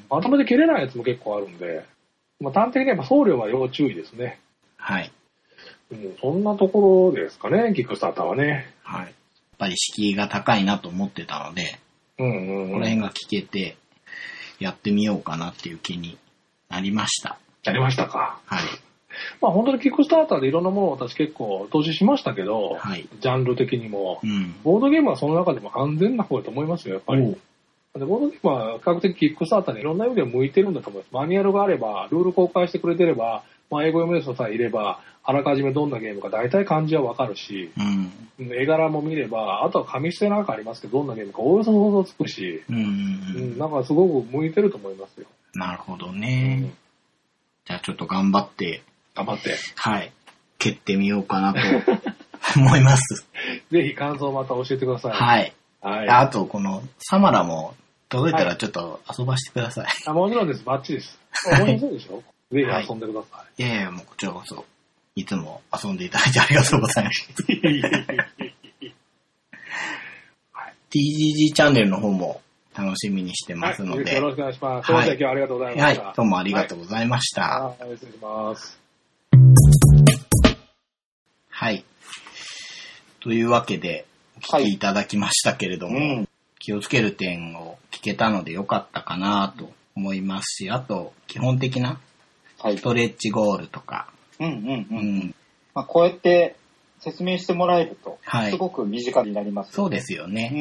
まとめて蹴れないやつも結構あるんで、まあ、端的にやっぱ送料は要注意ですね。はい。うん、そんなところですかね、キックスターターはね。はい。やっぱり敷居が高いなと思ってたので、うんうんうん、この辺が聞けて、やってみようかなっていう気になりました。 やりましたか。はい。まあ本当にキックスターターでいろんなものを私結構投資しましたけど、はい、ジャンル的にも、うん、ボードゲームはその中でも安全な方だと思いますよ、やっぱり。でボードゲームは比較的キックスターターにいろんな意味で向いてるんだと思います。マニュアルがあれば、ルール公開してくれてれば、まあ、英語読める人さえいれば、あらかじめどんなゲームか大体漢字はわかるし、うん、絵柄も見れば、あとは紙質なんかありますけど、どんなゲームかおおよそ想像つくし、うんうんうん、なんかすごく向いてると思いますよ。 なるほどね。うん、じゃあちょっと頑張って、 頑張って。 はい。蹴ってみようかなと思います。 ぜひ感想をまた教えてください。 はい。はい。あと、このサマラも届いたらちょっと遊ばしてください。はい、 あもちろんです。バッチリです。面白そうでしょ、はい、ぜひ遊んでください。はい、 いやいや、もうこちらこそ、いつも遊んでいただいてありがとうございます。はい、ティージージー チャンネルの方も楽しみにしてますので。はい、 よろしくお願いします。はい、今日はありがとうございました。 はい、どうもありがとうございました。 はい、失礼します。 はい。というわけで、お聞きいただきましたけれども、はいうん、気をつける点を聞けたのでよかったかなと思いますし、あと、基本的なストレッチゴールとか。 はい、うんうんうん。うんまあ、こうやって説明してもらえると、すごく身近になります、ねはい、 そうですよね。うん、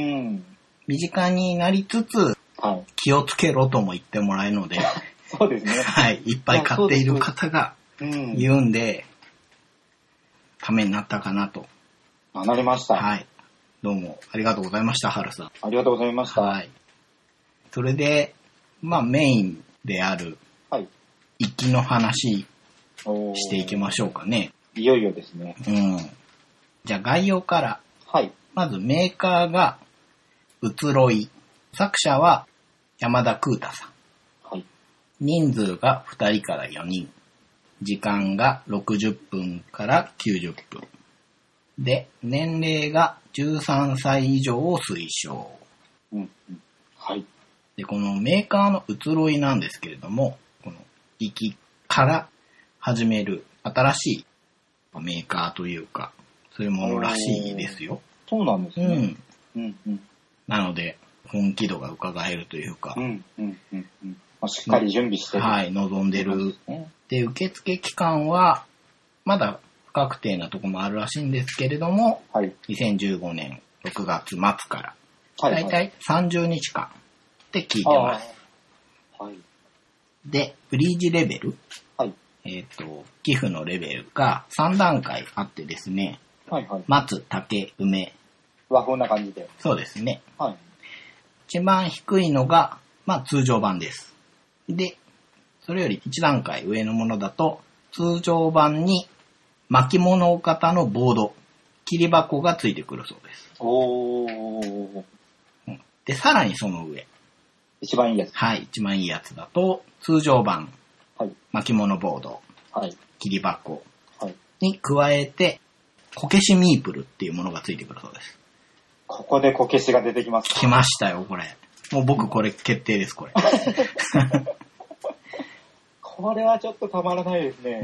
身近になりつつ、はい、気をつけろとも言ってもらえるので、 そうですね。 はい。いっぱい買っている方が言うんで、ためになったかなと。 あ、なりました。 はい。どうもありがとうございました、ハルさん。 ありがとうございました。はい。 それで、まあメインである、はい。行きの話していきましょうかね。 いよいよですね。 うん。じゃあ概要から。はい。まずメーカーが移ろい。作者は山田空太さん。はい。人数がふたりからよにん。時間がろくじゅっぷんからきゅうじゅっぷん。で、年齢がじゅうさんさい以上を推奨。 うんうん、はい。 で、このメーカーの移ろいなんですけれども、この行きから始める新しいメーカーというか、そういうものらしいですよ。 そうなんですね。うん。 うんうん、なので、本気度が伺えるというか、 うんうんうんうん、まあ、しっかり準備してる、 はい、望んでる。で、受付期間は、まだ不確定なところもあるらしいんですけれども、はい、にせんじゅうごねんろくがつまつから、だいたいさんじゅうにちかんって聞いてます。はい、で、フリージレベル、はい、えっと、寄付のレベルがさんだんかいあってですね、はいはい、松、竹、梅。 和風な感じで。 そうですね。はい、一番低いのが、まあ通常版です。で、それよりいちだんかい上のものだと、通常版に巻物型のボード、切り箱がついてくるそうです。おー。で、さらにその上。 一番いいやつ。 はい、一番いいやつだと、通常版、はい、巻物ボード、はい、切り箱に加えて、こけしミープルっていうものがついてくるそうです。 ここでこけしが出てきますか？ 来ましたよ、これ。もう僕これ決定です、これ。 これはちょっとたまらないですね。 うん。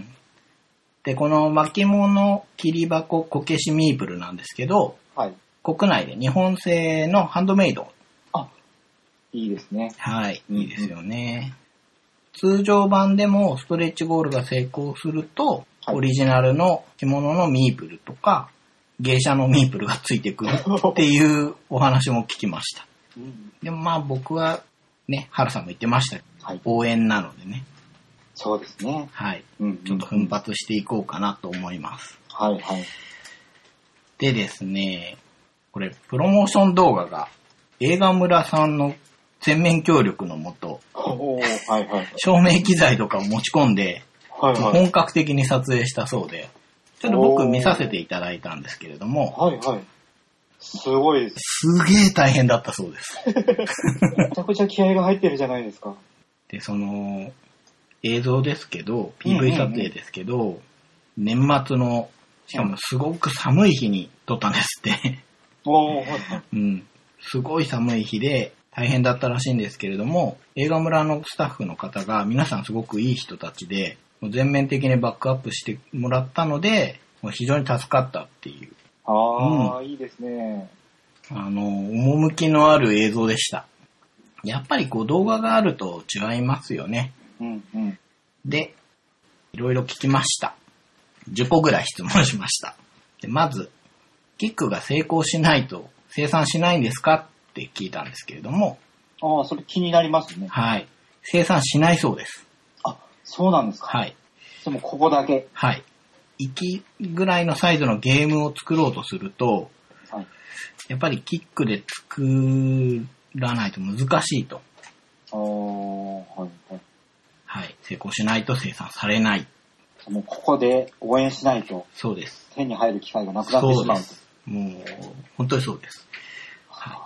で、この巻物切り箱こけしミープルなんですけど、はい、国内で日本製のハンドメイド。 あ、いいですね。 はい、いいですよね。うんうん、通常版でもストレッチゴールが成功すると、はい、オリジナルの着物のミープルとか、芸者のミープルがついてくるっていうお話も聞きました。うん、でもまあ僕はね、原さんも言ってましたけど、はい、応援なのでね。 そうですね。 はい、うんうん。ちょっと奮発していこうかなと思います。 はいはい。 でですね、これプロモーション動画が映画村さんの全面協力のもと、はいはい、照明機材とかを持ち込んで、はいはい、本格的に撮影したそうで、ちょっと僕見させていただいたんですけれども、 はいはい。すごいです。 すげえ大変だったそうです。 めちゃくちゃ気合が入ってるじゃないですか。 で、その、映像ですけど、ピーブイ 撮影ですけど、うんうんうん、年末の、しかもすごく寒い日に撮ったんですって。おー、はいはい。うん。すごい寒い日で大変だったらしいんですけれども、映画村のスタッフの方が皆さんすごくいい人たちで、全面的にバックアップしてもらったので、非常に助かったっていう。 ああ、うん、いいですね。 あの、趣のある映像でした。やっぱりこう動画があると違いますよね。うんうん。で、いろいろ聞きました。じゅっこぐらい質問しました。でまず、キックが成功しないと生産しないんですかって聞いたんですけれども。 ああ、それ気になりますね。 はい。生産しないそうです。 あ、そうなんですか。 はい。 でもここだけ。 はい。いちぐらいのサイズのゲームを作ろうとすると、はい、やっぱりキックで作らないと難しいと。ああ、はいはい。はい。成功しないと生産されない。 もうここで応援しないと。 そうです。 手に入る機会がなくなってしまう。そうです。 もう、本当にそうです。はい、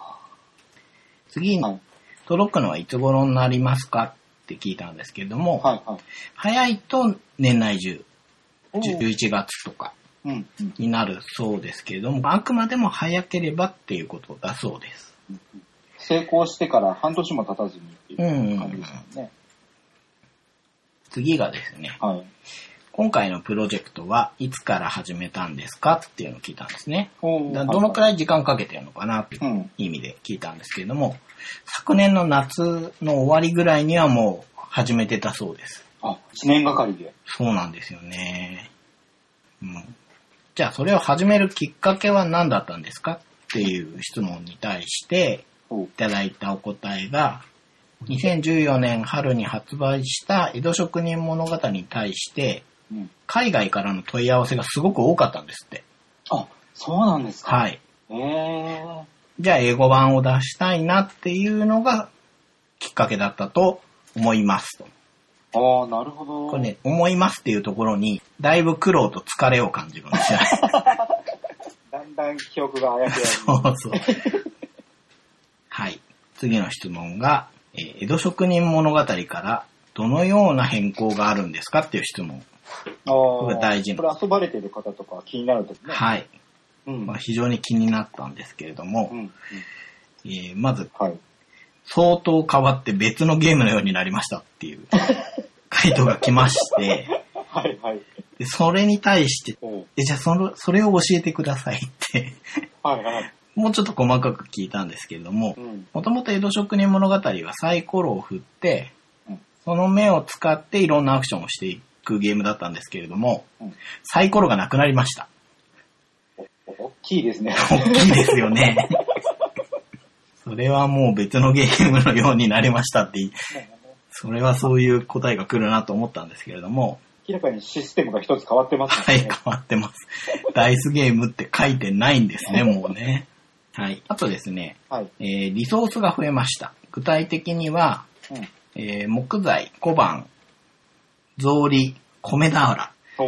次に、はい、届くのはいつ頃になりますかって聞いたんですけれども、はいはい、早いと年内中、じゅういちがつとかになるそうですけれども、うんうん、あくまでも早ければっていうことだそうです。 うんうん、成功してから半年も経たずにっていう感じですよね。うんうん、 次がですね、はい、今回のプロジェクトはいつから始めたんですかっていうのを聞いたんですね。だどのくらい時間かけてるのかなっていう意味で聞いたんですけれども、うん、昨年の夏の終わりぐらいにはもう始めてたそうです。 あ、いちねんがかりで。 そうなんですよね。うん、じゃあそれを始めるきっかけは何だったんですかっていう質問に対していただいたお答えが、にせんじゅうよねん春に発売した江戸職人物語に対して、うん、海外からの問い合わせがすごく多かったんですって。 あ、そうなんですか。 はい。 へー。 じゃあ英語版を出したいなっていうのがきっかけだったと思いますと。 ああ、なるほど。 これね、思いますっていうところに、だいぶ苦労と疲れを感じるんですよ。 だんだん記憶が怪しい。 そうそう。 次の質問が、えー、江戸職人物語からどのような変更があるんですかっていう質問。 ああ。これ大事な。 これ遊ばれてる方とか気になるとね。 はい。うん、まあ、非常に気になったんですけれども、うんうん、えー、まず、はい、相当変わって別のゲームのようになりましたっていう回答が来まして、 はいはい、 でそれに対して、えじゃあそのそれを教えてくださいってはい、はい、 もうちょっと細かく聞いたんですけれども、もともと江戸職人物語はサイコロを振って、うん、その目を使っていろんなアクションをしていくゲームだったんですけれども、うん、サイコロがなくなりました。 大きいですね。 大きいですよね。それはもう別のゲームのようになりましたって、それはそういう答えが来るなと思ったんですけれども。 明らかにシステムが一つ変わってますね。 はい、変わってます。ダイスゲームって書いてないんですね、もうね。はい。あとですね、はい、えー、リソースが増えました。具体的には、うんえー、木材、小判、草履、米俵。うん。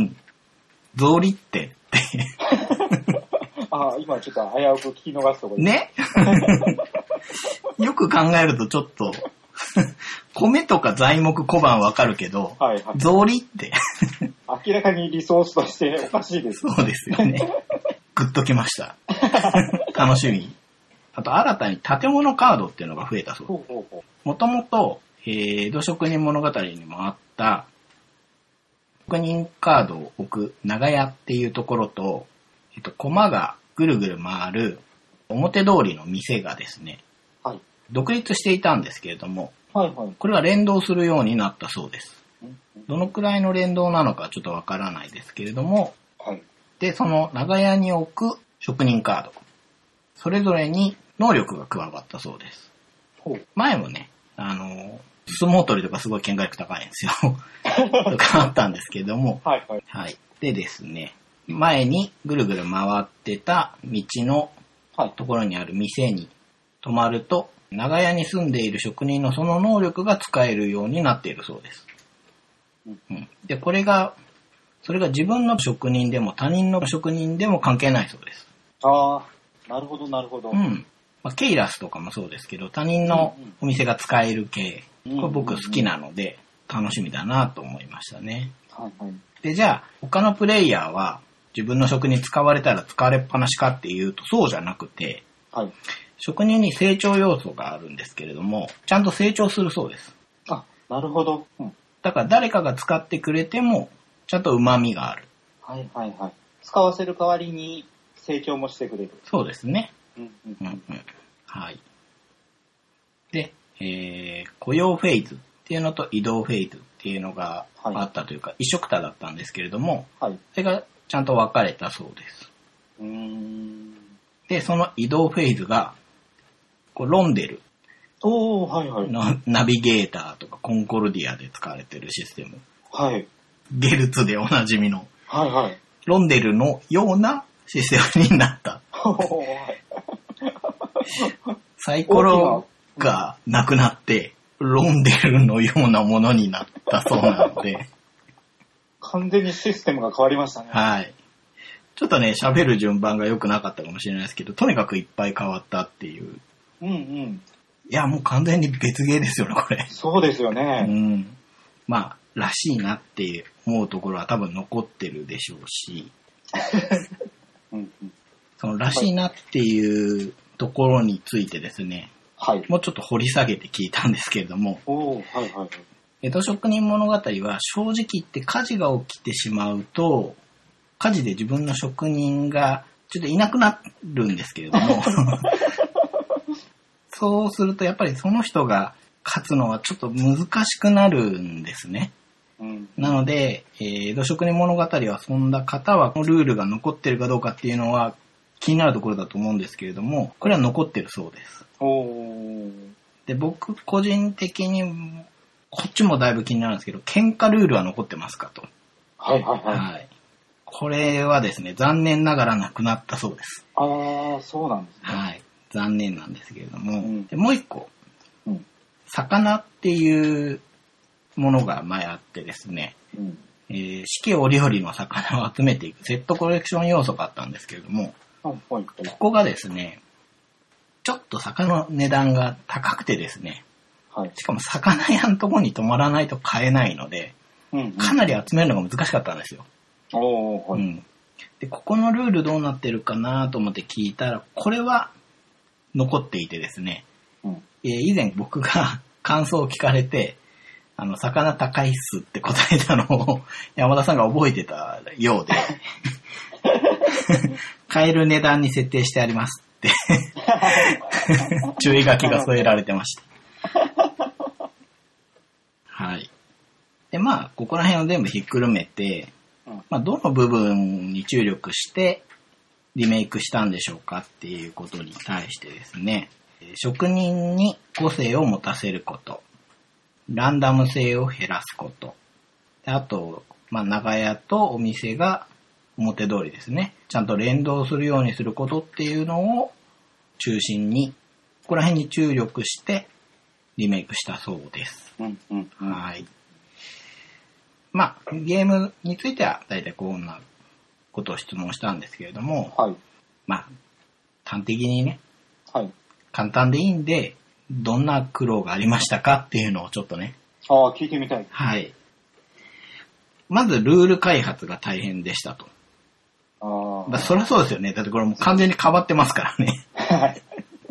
草履ってってああ、今ちょっと危うく聞き逃すところねよく考えるとちょっと米とか材木小判わかるけど、はいはい、草履って明らかにリソースとしておかしいです、 ね、そうですよね。グッときました。楽しみ。あと新たに建物カードっていうのが増えたそうです。もともと江戸職人物語にもあった職人カードを置く長屋っていうところと、えっと、駒がぐるぐる回る表通りの店がですね、はい、独立していたんですけれども、はいはい、これは連動するようになったそうです。どのくらいの連動なのかちょっとわからないですけれども、はい、で、その長屋に置く職人カード、それぞれに能力が加わったそうです。前もね、あの、相撲取りとかすごい見学高いんですよ。とかあったんですけれども、はいはいはい、でですね、前にぐるぐる回ってた道のところにある店に泊まると、長屋に住んでいる職人のその能力が使えるようになっているそうです。うん、で、これが、それが自分の職人でも他人の職人でも関係ないそうです。 ああ、なるほどなるほど。 うん。まあ、ケイラスとかもそうですけど、他人のお店が使える系、これ僕好きなので楽しみだなと思いましたね。はいはい、で、じゃあ他のプレイヤーは自分の職人使われたら使われっぱなしかっていうとそうじゃなくて、はい、職人に成長要素があるんですけれども、ちゃんと成長するそうです。 あ、なるほど。うん、 だから誰かが使ってくれてもちゃんと旨味がある。 はいはいはい。使わせる代わりに成長もしてくれる。 そうですね。うんうんうんうん、はい。で、えー、雇用フェーズっていうのと移動フェーズっていうのがあったというか、はい、一緒くただったんですけれども、はい、それがちゃんと分かれたそうです。うーんで、その移動フェーズが、こうロンデルおー、はいはい、 のナビゲーターとかコンコルディアで使われているシステム。 はい。 ゲルツでおなじみの、 はいはい、 ロンデルのようなシステムになった。サイコロがなくなって、ロンデルのようなものになったそうなので。 完全にシステムが変わりましたね。 はい。ちょっとね、喋る順番が良くなかったかもしれないですけど、とにかくいっぱい変わったっていう。 うんうん。 いや、もう完全に別ゲーですよね、これ。 そうですよね。 うん。まあ、らしいなって思うところは多分残ってるでしょうし。うんうん、そのらしいなっていうところについてですね、はい、もうちょっと掘り下げて聞いたんですけれども、おはいはいはい、江戸職人物語は正直言って火事が起きてしまうと、火事で自分の職人がちょっといなくなるんですけれども、そうするとやっぱりその人が勝つのはちょっと難しくなるんですね。うん、なので、えー、江戸職人物語を遊んだ方は、このルールが残ってるかどうかっていうのは気になるところだと思うんですけれども、これは残ってるそうです。おで、僕個人的に、こっちもだいぶ気になるんですけど、喧嘩ルールは残ってますかと。 はいはいはい。はい、 これはですね、残念ながらなくなったそうです。 ああ、そうなんですね。 はい。残念なんですけれども、うん、でもう一個、うん、魚っていうものが前あってですね、うんえー、四季折々の魚を集めていくセットコレクション要素があったんですけれども、はいはい、ここがですね、 ちょっと魚の値段が高くてですね、 はい、 しかも魚屋のとこに泊まらないと買えないので、うんうん、かなり集めるのが難しかったんですよ。 おー、はい、 うん。で、ここのルールどうなってるかなと思って聞いたら、これは残っていてですね、うん、えー、以前僕が感想を聞かれて、あの、魚高いっすって答えたのを山田さんが覚えてたようで、買える値段に設定してありますって注意書きが添えられてました。はい。で、まあ、ここら辺を全部ひっくるめて、まあ、どの部分に注力してリメイクしたんでしょうかっていうことに対してですね、職人に個性を持たせること、ランダム性を減らすこと、あと、まあ、長屋とお店が表通りですね、ちゃんと連動するようにすることっていうのを中心に、ここら辺に注力してリメイクしたそうです。 うんうんうん、 はい。まあ、ゲームについては大体こんなことを質問したんですけれども、 はい、 まあ、端的にね、 はい、 簡単でいいんで、どんな苦労がありましたかっていうのをちょっとね。 ああ、聞いてみたい。 はい。まず、ルール開発が大変でしたと。 ああ。 だそりゃそうですよね。だってこれもう完全に変わってますからね。 はい。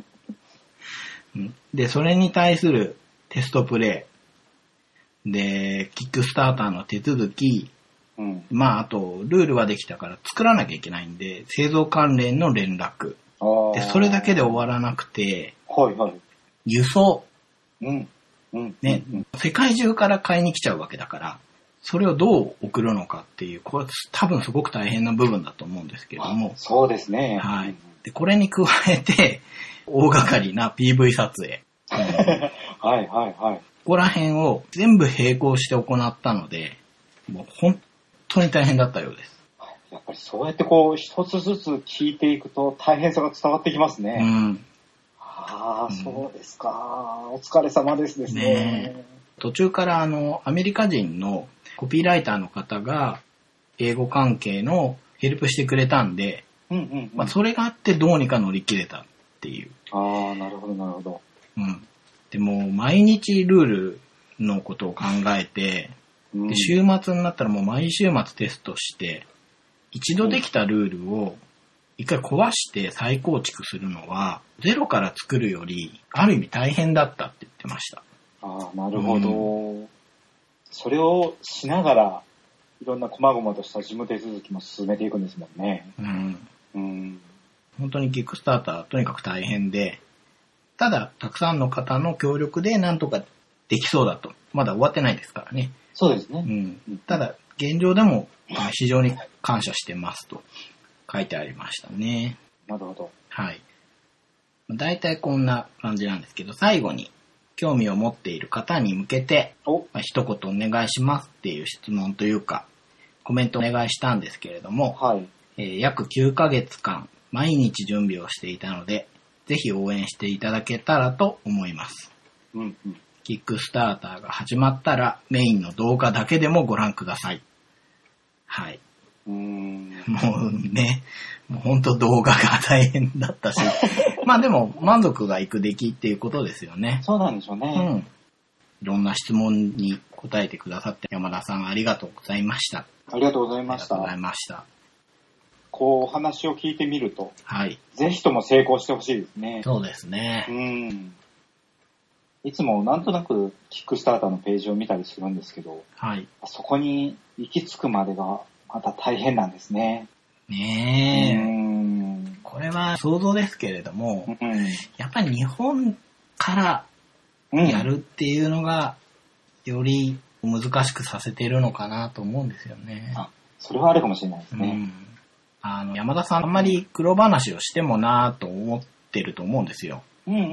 で、それに対するテストプレイ。で、キックスターターの手続き。うん、まあ、あと、ルールはできたから作らなきゃいけないんで、製造関連の連絡。で、それだけで終わらなくて、 はいはい。 輸送。 うん。うん。 ね、うん、世界中から買いに来ちゃうわけだから、それをどう送るのかっていう、これ多分すごく大変な部分だと思うんですけれども。 そうですね。 はい。で、これに加えて、大掛かりな ピーブイ 撮影。 うん、はいはいはい。 ここら辺を全部並行して行ったので、もう本当に大変だったようです。 やっぱりそうやってこう、一つずつ聞いていくと大変さが伝わってきますね。 うん。 ああ、そうですか。お疲れ様ですですね。ね、 途中からあの、アメリカ人のコピーライターの方が英語関係のヘルプしてくれたんで、 うんうんうん、 まあ、それがあってどうにか乗り切れたっていう。 ああ、なるほどなるほど。 うん。でも毎日ルールのことを考えて、うん、で週末になったらもう毎週末テストして、一度できたルールを一回壊して再構築するのは、ゼロから作るより、ある意味大変だったって言ってました。 ああ、なるほど、うん。それをしながら、いろんな細々とした事務手続きも進めていくんですもんね。 うん。 うん、 本当にキックスターター、とにかく大変で、ただ、たくさんの方の協力でなんとかできそうだと。まだ終わってないですからね。 そうですね。 うん。ただ、現状でも非常に感謝してますと書いてありましたね。 なるほど。 はい。だいたいこんな感じなんですけど、最後に興味を持っている方に向けて、まあ、一言お願いしますっていう質問というか、コメントお願いしたんですけれども、 はい。 えー、約きゅうかげつかん毎日準備をしていたので、ぜひ応援していただけたらと思います。 うんうん。 キックスターターが始まったらメインの動画だけでもご覧ください。はい。 うーん。 もうね、もう本当動画が大変だったし、まあでも満足がいく出来っていうことですよね。 そうなんでしょうね。 うん。いろんな質問に答えてくださって山田さんありがとうございました。 ありがとうございました。 ありがとうございました。 こうお話を聞いてみると、 はい。 ぜひとも成功してほしいですね。 そうですね。 うん。いつもなんとなくキックスターターのページを見たりするんですけど、 はい。 そこに行き着くまでがまた大変なんですね。 ねえ。 うん。 これは想像ですけれども、 うん、 やっぱり日本からやるっていうのが、より難しくさせてるのかなと思うんですよね。 あ、それはあるかもしれないですね。 うん、あの山田さんあんまり黒話をしてもなぁと思ってると思うんですよ。 うんうん。うん、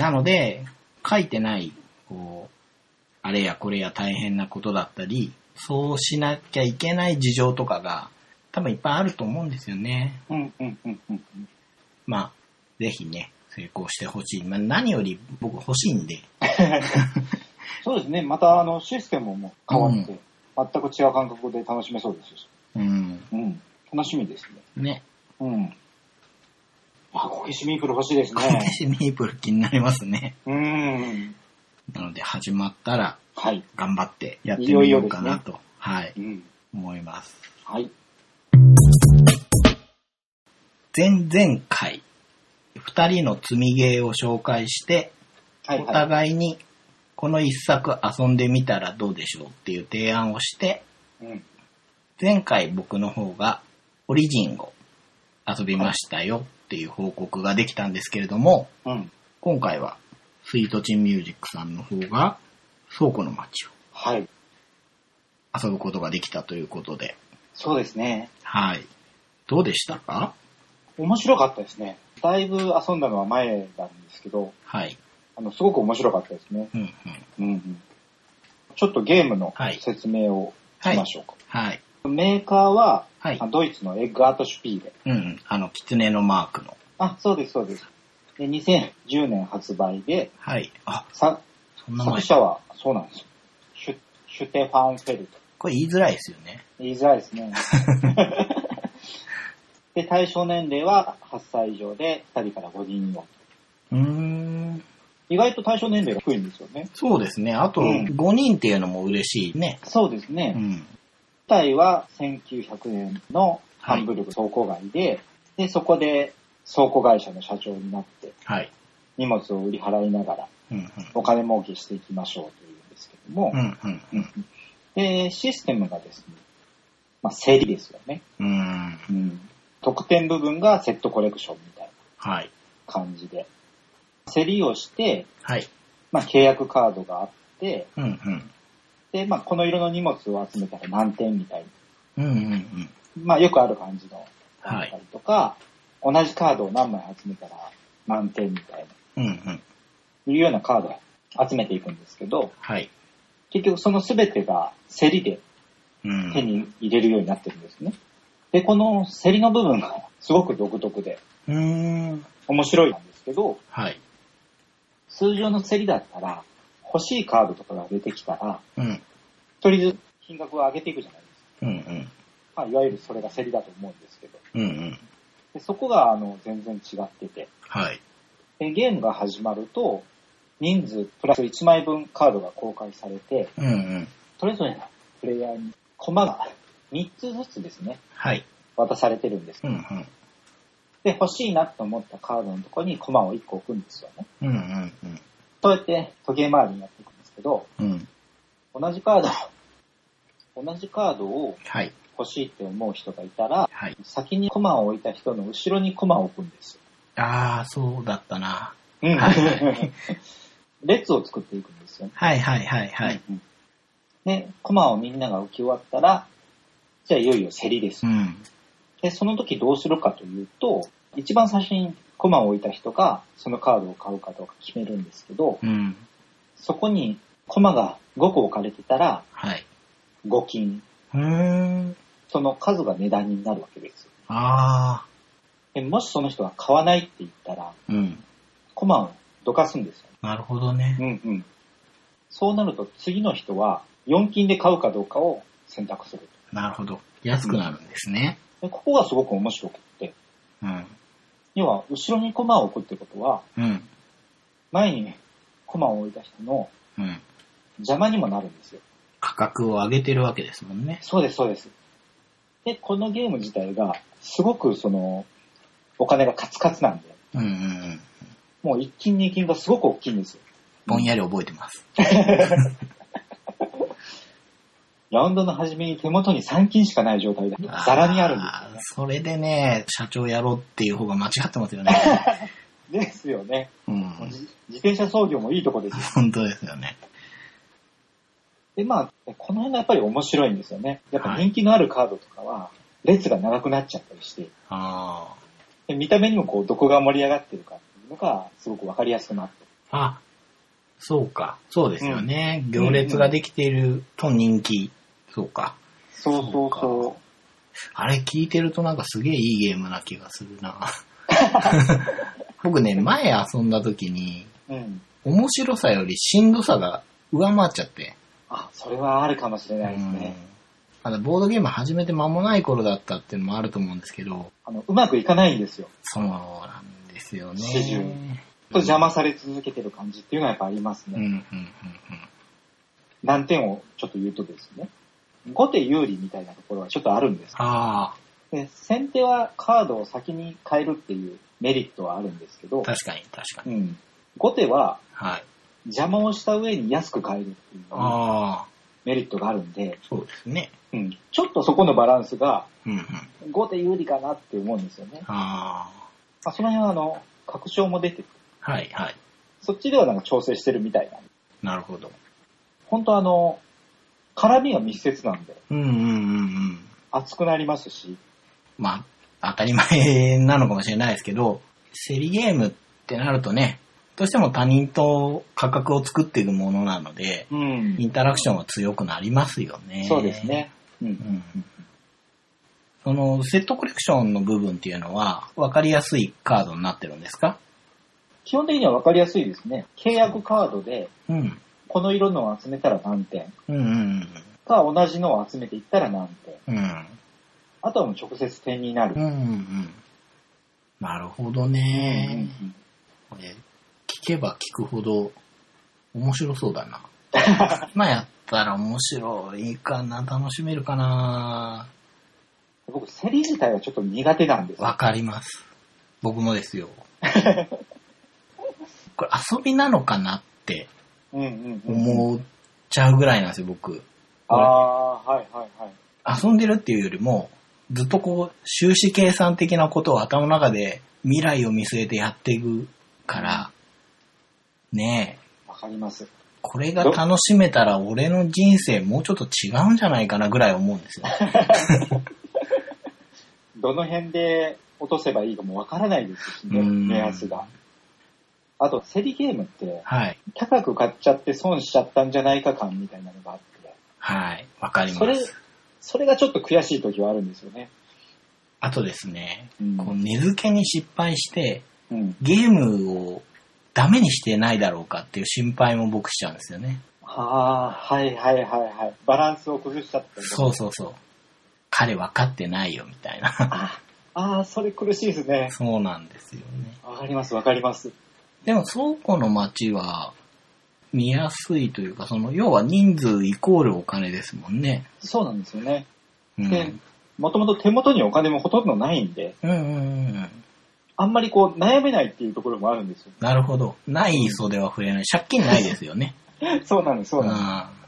なので、書いてない、こう、あれやこれや大変なことだったり、そうしなきゃいけない事情とかが多分いっぱいあると思うんですよね。 うんうんうんうん。 まあ、ぜひね、成功してほしい。まあ、何より僕欲しいんで。 そうですね。またあのシステムも変わって、うん、全く違う感覚で楽しめそうですし。 うん。 うん。楽しみですね。 ね。 うん。 あ、こけしミープル欲しいですね。 こけしミープル気になりますね。 うーん。 なので始まったら、 はい。 頑張ってやってみようかなと、いよいよですね、はい、うん、思います。 はい。 前々回、二人の積みゲーを紹介して、はいはい、お互いにこの一作遊んでみたらどうでしょうっていう提案をして、うん、前回僕の方がオリジンを遊びましたよっていう報告ができたんですけれども、うん、今回はスイートチンミュージックさんの方が倉庫の街を遊ぶことができたということで。 そうですね。 はい。どうでしたか？ 面白かったですね。だいぶ遊んだのは前なんですけど、はい。あの、すごく面白かったですね。うんうんうんうん、ちょっとゲームの説明をしましょうか。はい。はい、メーカーは、はい、ドイツのエッグアートシュピーレ。 うんうん。あの、狐のマークの。 あ、そうです、そうです。で、にせんじゅうねん発売で、はい。あ、さ、そんな前作者は、そうなんですよ。シュ、シュテファン・フェルト。 これ言いづらいですよね。 言いづらいですね。で、対象年齢ははっさい以上でふたりからごにん用。うーん。意外と対象年齢が低いんですよね。 そうですね。あと、ごにんっていうのも嬉しいね。 うん、そうですね。うん。舞台はせんきゅうひゃくねんのハンブルグ倉庫街で、はい、で、そこで倉庫会社の社長になって、はい、荷物を売り払いながら、うんうん、お金儲けしていきましょうというんですけども、うんうんうん、で、システムがですね、まあ、競りですよね。うん、うん。得点部分がセットコレクションみたいな感じで、はい、競りをして、はい、まあ、契約カードがあって、うんうん、で、まあ、この色の荷物を集めたら何点みたいな、うんうんうん、まあ、よくある感じのだったりとか、はい、同じカードを何枚集めたら何点みたいな、うんうん、いうようなカードを集めていくんですけど、はい、結局その全てが競りで手に入れるようになってるんですね。で、この競りの部分がすごく独特で、うーん面白いんですけど、はい、通常の競りだったら、欲しいカードとかが出てきたら、うん、一人ずつ金額を上げていくじゃないですか。うんうんまあ、いわゆるそれが競りだと思うんですけど、うんうん、でそこがあの全然違ってて、はい、で、ゲームが始まると、人数プラスいちまいぶんカードが公開されて、うんうん、それぞれのプレイヤーにコマがみっつずつですね、はい、渡されてるんです、うんうん。で、欲しいなと思ったカードのところにコマをいっこ置くんですよね。うんうんうん、そうやって時計回りにやっていくんですけど、うん、同じカード、同じカードを欲しいって思う人がいたら、はい、先にコマを置いた人の後ろにコマを置くんですよ。 ああ、そうだったな。 うん、列を作っていくんですよね。 はいはいはいはい。うんうん、 で、コマをみんなが浮き終わったら、じゃあいよいよ競りです、うん。で、その時どうするかというと、一番最初にコマを置いた人がそのカードを買うかどうか決めるんですけど、うん、そこにコマがごこ置かれてたら、はい、ご金。うーんその数が値段になるわけです。あでもしその人が買わないって言ったら、うん、コマをどかすんですよ。 なるほどね。 うんうん。そうなると次の人はよん金で買うかどうかを選択する。 なるほど。安くなるんですね。 うん、でここがすごく面白くって、うん、要は後ろにコマを置くってことは、うん、前にコマを置いた人の邪魔にもなるんですよ。 価格を上げてるわけですもんね。 そうですそうです。でこのゲーム自体がすごくそのお金がカツカツなんで、うんうんうん、もう一金二金がすごく大きいんですよ。 ぼんやり覚えてます。 ラウンドの初めに手元にさん金しかない状態でザラにあるんですよ、ね。 それでね、社長やろうっていう方が間違ってますよね。 ですよね、うん。自転車操業もいいとこですよ。 本当ですよね。 で、まあ、この辺がやっぱり面白いんですよね。やっぱ人気のあるカードとかは、列が長くなっちゃったりして、あで見た目にもこう、どこが盛り上がってるかっていうのが、すごくわかりやすくなって。 あ、そうか。そうですよね。うん、行列ができていると人気。うんうんそうか。 そうそうそう。 あれ聞いてるとなんかすげえいいゲームな気がするな。僕ね、前遊んだ時に、うん、面白さよりしんどさが上回っちゃって。 あ、それはあるかもしれないですね。 まだボードゲーム始めて間もない頃だったっていうのもあると思うんですけど。 あの、うまくいかないんですよ。 そうなんですよね。 始終。と邪魔され続けてる感じっていうのはやっぱありますね。うんうんうんうん、難点をちょっと言うとですね、後手有利みたいなところはちょっとあるんです。あで先手はカードを先に変えるっていうメリットはあるんですけど、 確かに確かに。うん、 後手は邪魔をした上に安く買えるっていうメリットがあるんで、 そうですね。 うん、ちょっとそこのバランスが後手有利かなって思うんですよね。ああその辺はあの確証も出てる。 はいはい。 そっちではなんか調整してるみたいな。なるほど。 本当あの絡みが密接なんで、 うんうんうんうん、 熱くなりますし、 まあ当たり前なのかもしれないですけど、競りゲームってなるとね、どうしても他人と価格を作っていくものなので、うん、インタラクションは強くなりますよね。 そうですね。うんうんうん、そのセットコレクションの部分っていうのは分かりやすいカードになってるんですか？ 基本的には分かりやすいですね。契約カードで、うん、この色のを集めたら何点、うんうんうん、か同じのを集めていったら何点、うん、あとはもう直接点になる。うんうんうん、 なるほどね、うんうんうん、これ聞けば聞くほど面白そうだな。まあやったら面白いかな、楽しめるかな。 僕競り自体はちょっと苦手なんです。 わかります。僕もですよ。これ遊びなのかなって思っちゃうぐらいなんですよ、僕。 ああ、はいはいはい。 遊んでるっていうよりも、ずっとこう、収支計算的なことを頭の中で未来を見据えてやっていくから、ねえ。わかります。 これが楽しめたら俺の人生もうちょっと違うんじゃないかなぐらい思うんですよ。 どの辺で落とせばいいかもわからないですしね、目安が。あと、競りゲームって、はい、高く買っちゃって損しちゃったんじゃないか感みたいなのがあって。 はい、わかります。 それ、それがちょっと悔しい時はあるんですよね。 あとですね、うん、こう値付けに失敗して、うん、ゲームをダメにしてないだろうかっていう心配も僕しちゃうんですよね。 はあ、はいはいはいはい。バランスを崩しちゃった。 そうそうそう。彼分かってないよみたいな。 ああ、それ苦しいですね。 そうなんですよね。 わかりますわかります。 でも倉庫の街は見やすいというか、その要は人数イコールお金ですもんね。 そうなんですよね。うん、で、もともと手元にお金もほとんどないんで、うんうんうん、あんまりこう悩めないっていうところもあるんですよ。 なるほど。ない袖は触れない。借金ないですよね。 そうなんです、そうなんです。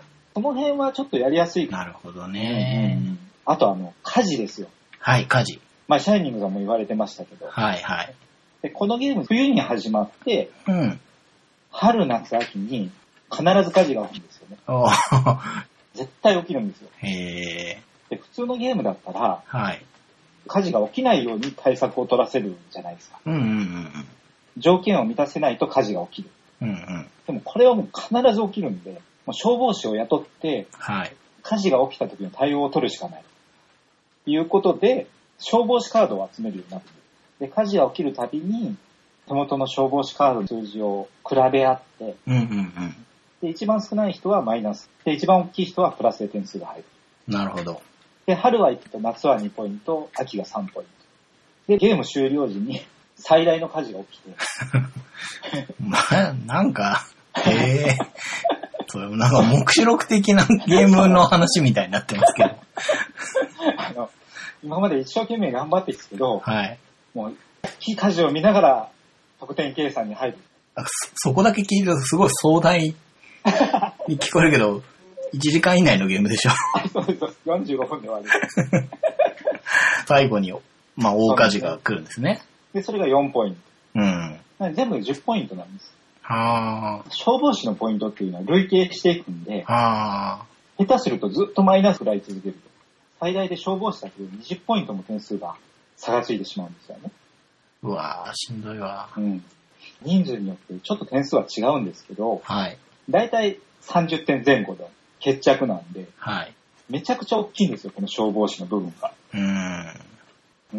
その辺はちょっとやりやすい。 なるほどね。うんうん、 あとあの、家事ですよ。 はい、家事。 まあ、シャイニングさんも言われてましたけど。 はいはい。 で、このゲーム冬に始まって、うん、春夏秋に必ず火事が起きるんですよね。絶対起きるんですよ。へー。で、普通のゲームだったら、はい、火事が起きないように対策を取らせるんじゃないですか。うんうんうん、条件を満たせないと火事が起きる。うんうん、でもこれはもう必ず起きるんで、もう消防士を雇って、はい、火事が起きた時の対応を取るしかない。ということで、消防士カードを集めるようになってる。で、火事が起きるたびに、手元の消防士カードの数字を比べ合って、うんうんうん、で、一番少ない人はマイナス。で、一番大きい人はプラスで点数が入る。 なるほど。 で、春はいちと夏はにポイント、秋がさんポイント。で、ゲーム終了時に最大の火事が起きて。 まあ、なんか、へえ。それもなんか目視録的なゲームの話みたいになってますけど。 あの、今まで一生懸命頑張ってきたけど、はい、もう、大きい火事を見ながら得点計算に入る。 あ そ, そこだけ聞いるとすごい壮大に聞こえるけど、いちじかん以内のゲームでしょ。 そうです。よんじゅうごふんで終わり。 最後に、まあ、大火事が来るんですね。 で、それがよんポイント。うん。全部じゅっポイントなんです。はあ。消防士のポイントっていうのは累計していくんで、はあ。下手するとずっとマイナス食らい続けると。最大で消防士だけでにじゅっポイントも点数が差がついてしまうんですよね。 うわぁ、しんどいわ。 うん。人数によってちょっと点数は違うんですけど、はい。だいたいさんじゅってんぜん後で決着なんで、はい。めちゃくちゃ大きいんですよ、この消防士の部分が。うーん。うん。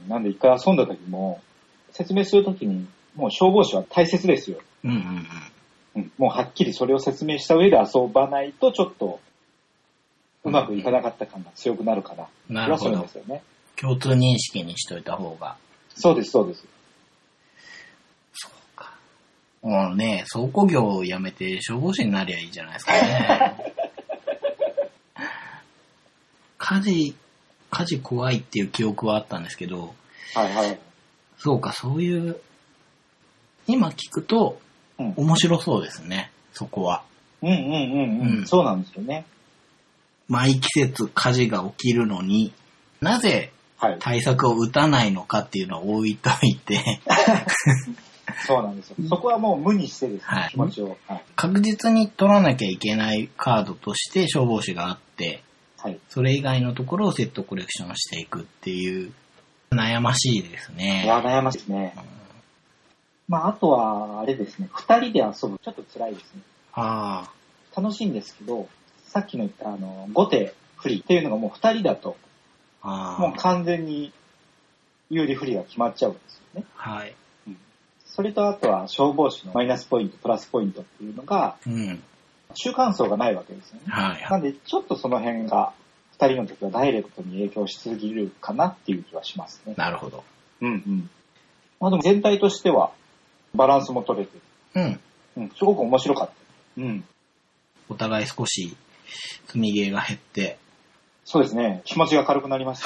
なんで一回遊んだ時も、説明する時に、もう消防士は大切ですよ。うんうんうん。うん、もうはっきりそれを説明した上で遊ばないとちょっと、うまくいかなかった感が強くなるから。 なるほど。ですよね。共通認識にしといた方が。 そうです、そうです。 もうね、倉庫業を辞めて消防士になりゃいいじゃないですかね。火事、火事怖いっていう記憶はあったんですけど、 はいはい。 そうか、そういう、今聞くと、面白そうですね、うん、そこは。 うんうんうんうん。うん、そうなんですよね。 毎季節火事が起きるのに、なぜ対策を打たないのかっていうのを置いといて、 はい、そうなんですよ。そこはもう無にしてですね、はい、気持ちを、はい。 確実に取らなきゃいけないカードとして消防士があって、はい、それ以外のところをセットコレクションしていくっていう、悩ましいですね。 いや、悩ましいですね。うん、まあ、あとは、あれですね、二人で遊ぶ。ちょっと辛いですね。 ああ。楽しいんですけど、さっきの言った、あの、後手不利っていうのがもう二人だと、あもう完全に有利不利が決まっちゃうんですよね。 はい。 うん、それとあとは消防士のマイナスポイント、プラスポイントっていうのが、うん、中間層がないわけですよね。はい。なんで、ちょっとその辺が、二人の時はダイレクトに影響しすぎるかなっていう気はしますね。 なるほど。 うんうん。まあでも全体としてはバランスも取れてる。うん。うん。すごく面白かった。うん。 お互い少し積みゲーが減って。 そうですね。気持ちが軽くなりました。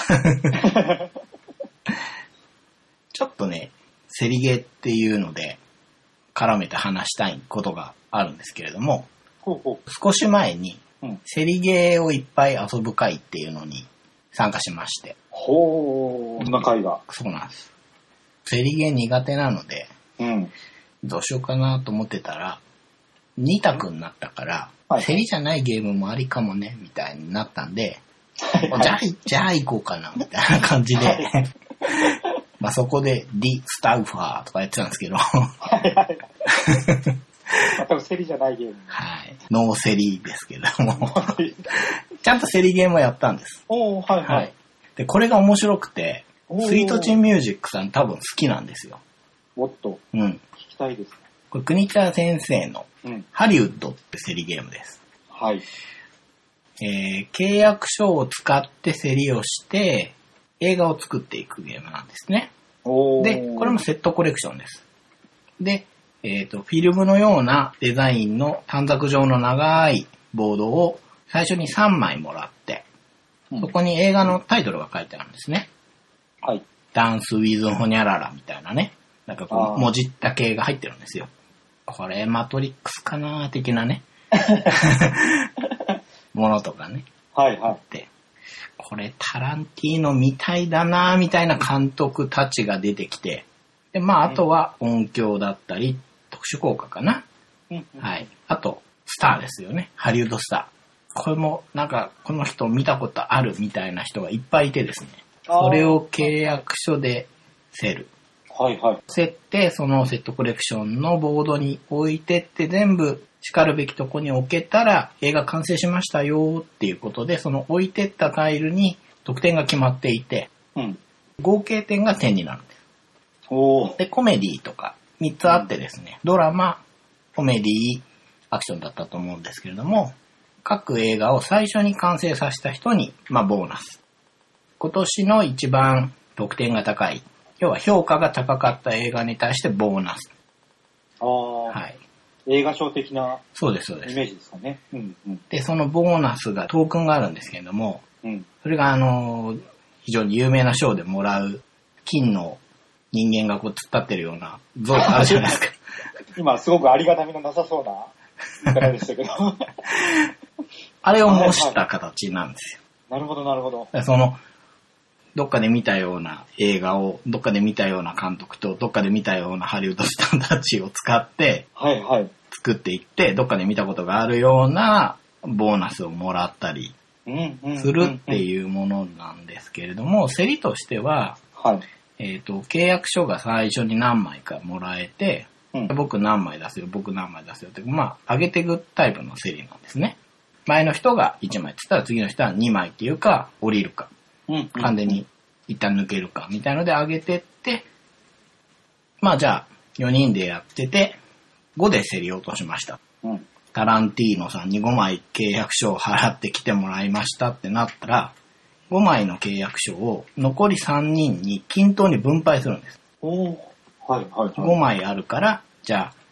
ちょっとね、競りゲーっていうので絡めて話したいことがあるんですけれども、ほうほう少し前にうん、競りゲーをいっぱい遊ぶ会っていうのに参加しまして。 ほー、こんな会が。 そうなんです。競りゲー苦手なので、うん、どうしようかなと思ってたら、に択になったから、はい、競りじゃないゲームもありかもね、みたいになったんで、はいはい、じゃあ、じゃあ行こうかな、みたいな感じで、はい、まあそこでディ・スタウファーとかやってたんですけど、はいはい全く競りじゃないゲーム。 はい。ノー競りですけども。ちゃんと競りゲームをやったんです。 おー、はいはい。はい、 で、これが面白くて、スイートチンミュージックさん多分好きなんですよ。 おっと。うん。聞きたいですね。 これ、国田先生の、ハリウッドって競りゲームです。 はい。 えー、契約書を使って競りをして、映画を作っていくゲームなんですね。おー。で、これもセットコレクションです。で、えっと、フィルムのようなデザインの短冊状の長いボードを最初にさんまいもらって、そこに映画のタイトルが書いてあるんですね。はい。ダンスウィズホニャララみたいなね。なんかこう、もじった系が入ってるんですよ。これ、マトリックスかなー的なね。ものとかね。 はいはい。 で、これタランティーノみたいだなーみたいな監督たちが出てきて、で、まあ、あとは音響だったり、特殊効果かな。はい。あと、スターですよね。ハリウッドスター。これも、なんか、この人見たことあるみたいな人がいっぱいいてですね。それを契約書でセル。 はいはい。 競って、そのセットコレクションのボードに置いてって全部叱るべきとこに置けたら映画完成しましたよっていうことで、その置いてったタイルに得点が決まっていて、うん、合計点が点になるんです。おで、コメディとかみっつあってですね、うん、ドラマ、コメディ、アクションだったと思うんですけれども、各映画を最初に完成させた人に、まあ、ボーナス。今年の一番得点が高い、要は評価が高かった映画に対してボーナス。 ああ。はい。映画賞的なそうです、そうです。 イメージですかね。うんうん、 で、そのボーナスがトークンがあるんですけれども、うん、それがあの、非常に有名な賞でもらう金の人間がこう突っ立ってるような像があるじゃないですか。 今すごくありがたみのなさそうな言い方でしたけど。 あれを模した形なんですよ。 なるほど、なるほど。 その、どっかで見たような映画を、どっかで見たような監督と、どっかで見たようなハリウッドスターたちを使って、はいはい。作っていって、どっかで見たことがあるようなボーナスをもらったりするっていうものなんですけれども、競りとしては、はい。えっと、契約書が最初に何枚かもらえて、うん、僕何枚出すよ、僕何枚出すよって、まあ、上げていくタイプの競りなんですね。前の人がいちまいって言ったら次の人はにまいっていうか、降りるか。完全に一旦抜けるかみたいので上げてって、まあじゃあよにんでやっててごで競り落としました、うん、タランティーノさんにごまい契約書を払ってきてもらいましたってなったらごまいの契約書を残りさんにんに均等に分配するんです。 おー、はいはいはい、 ごまいあるからじゃあ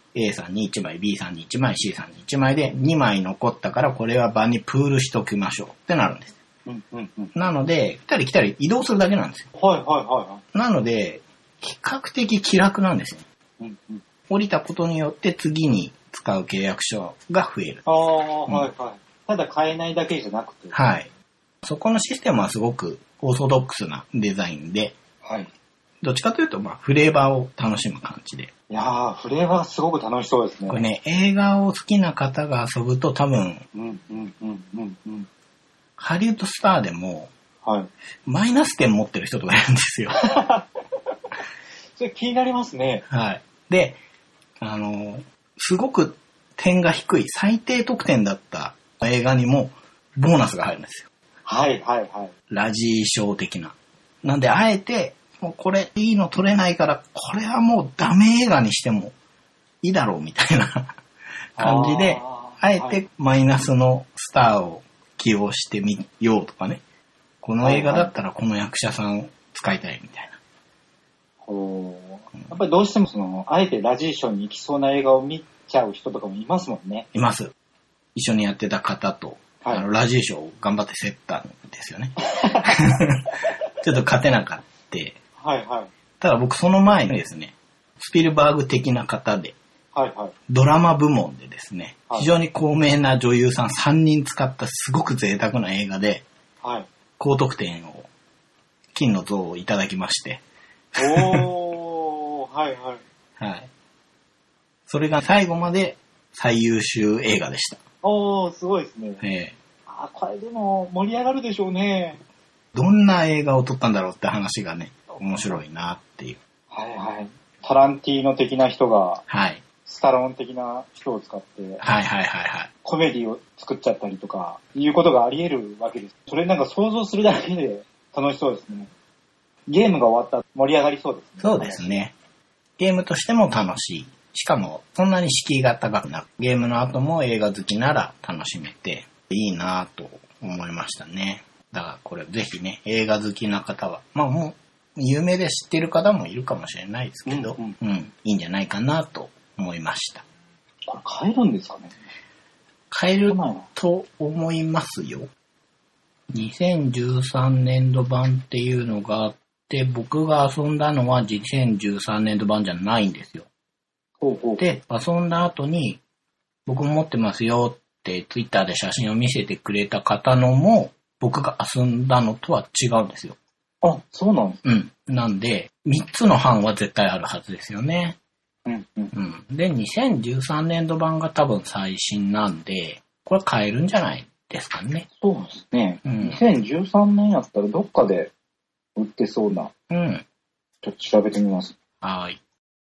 A さんにいちまい、B さんにいちまい、C さんにいちまいでにまい残ったからこれは場にプールしときましょうってなるんです。うんうんうん、なので、来たり来たり移動するだけなんですよ。 はいはいはいはい。 なので、比較的気楽なんですよ。うんうん、降りたことによって次に使う契約書が増える。 ああ、うん、はいはい。ただ買えないだけじゃなくて。 はい。そこのシステムはすごくオーソドックスなデザインで、はい。どっちかというと、まあ、フレーバーを楽しむ感じで。 いやー、フレーバーすごく楽しそうですね。 これね、映画を好きな方が遊ぶと多分、 うんうんうんうんうん。 ハリウッドスターでも、はい。マイナス点持ってる人とかいるんですよ。 それ気になりますね。 はい。で、あの、すごく点が低い、最低得点だった映画にも、ボーナスが入るんですよ。 はいはいはい。 ラジー賞的な。なんで、あえて、もうこれいいの取れないから、これはもうダメ映画にしてもいいだろうみたいな感じで、あ, あえてマイナスのスターを起用してみようとかね。この映画だったらこの役者さん使いたいみたいな。 ほう。やっぱりどうしてもその、あえてラジー賞に行きそうな映画を見ちゃう人とかもいますもんね。 います。一緒にやってた方と、はい、あのラジー賞を頑張って競ったんですよね。ちょっと勝てなかった。はいはい。ただ僕その前にですね、スピルバーグ的な方で、はいはい。ドラマ部門でですね、はい、非常に高名な女優さんさんにん使ったすごく贅沢な映画で、はい。高得点を、金の像をいただきまして。 おー、はいはい。 はい。それが最後まで最優秀映画でした。 おー、すごいですね。 ええ。 あ、これでも盛り上がるでしょうね。 どんな映画を撮ったんだろうって話がね、面白いなっていう。 はいはい。タランティーノ的な人が、はい。スタローン的な人を使って、 はいはいはいはい。 コメディを作っちゃったりとか、いうことがあり得るわけです。それなんか想像するだけで楽しそうですね。ゲームが終わったら盛り上がりそうですね。 そうですね。ゲームとしても楽しい。しかも、そんなに敷居が高くなく、ゲームの後も映画好きなら楽しめて、いいなぁと思いましたね。だからこれぜひね、映画好きな方は、まあもう有名で知ってる方もいるかもしれないですけど、うん、うんうん、いいんじゃないかなと思いました。 これ買えるんですかね？ 買えると思いますよ。にせんじゅうさんねんど版っていうのがあって、僕が遊んだのはにせんじゅうさんねんど版じゃないんですよ。ほうほう。で、遊んだ後に、僕も持ってますよってツイッターで写真を見せてくれた方のも、僕が遊んだのとは違うんですよ。 あ、そうなんですか？ うん。なんで、みっつの版は絶対あるはずですよね。うんうん。うん。で、にせんじゅうさんねんど版が多分最新なんで、これ買えるんじゃないですかね。 そうですね。うん、にせんじゅうさんねんやったらどっかで売ってそうな。うん。ちょっと調べてみます。 はい。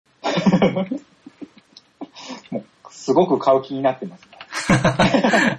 もう、すごく買う気になってますね。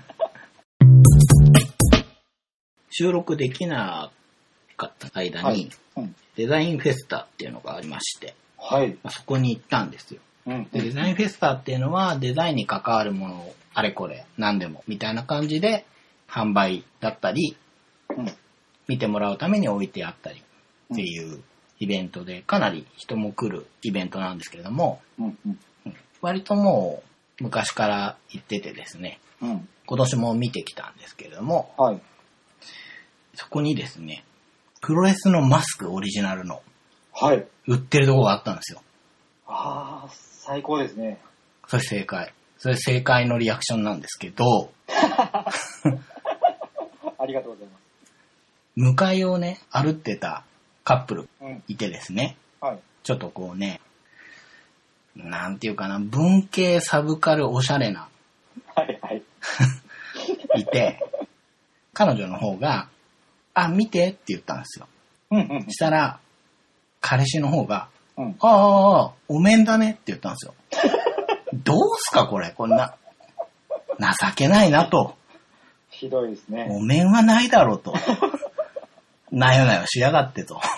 収録できなかった間に、はいうん、デザインフェスタっていうのがありまして、はい、そこに行ったんですよ、うん、で。デザインフェスタっていうのはデザインに関わるものをあれこれ何でもみたいな感じで販売だったり、うん、見てもらうために置いてあったりっていうイベントで、かなり人も来るイベントなんですけれども、うんうんうん、割ともう昔から行っててですね、うん、今年も見てきたんですけれども、はい、そこにですね、プロレスのマスクオリジナルの、はい。売ってるとこがあったんですよ。 ああ、最高ですね。 それ正解。それ正解のリアクションなんですけど、 ありがとうございます。 向かいをね、歩ってたカップルいてですね、うんはい、ちょっとこうね、なんていうかな、文系サブカルおしゃれな、はいはい。いて、彼女の方が、あ、見てって言ったんですよ。うんうんうん、したら、彼氏の方が、うん、ああ、お面だねって言ったんですよ。どうすかこれ、こんな。情けないなと。 ひどいですね。 お面はないだろうと。なよなよしやがってと。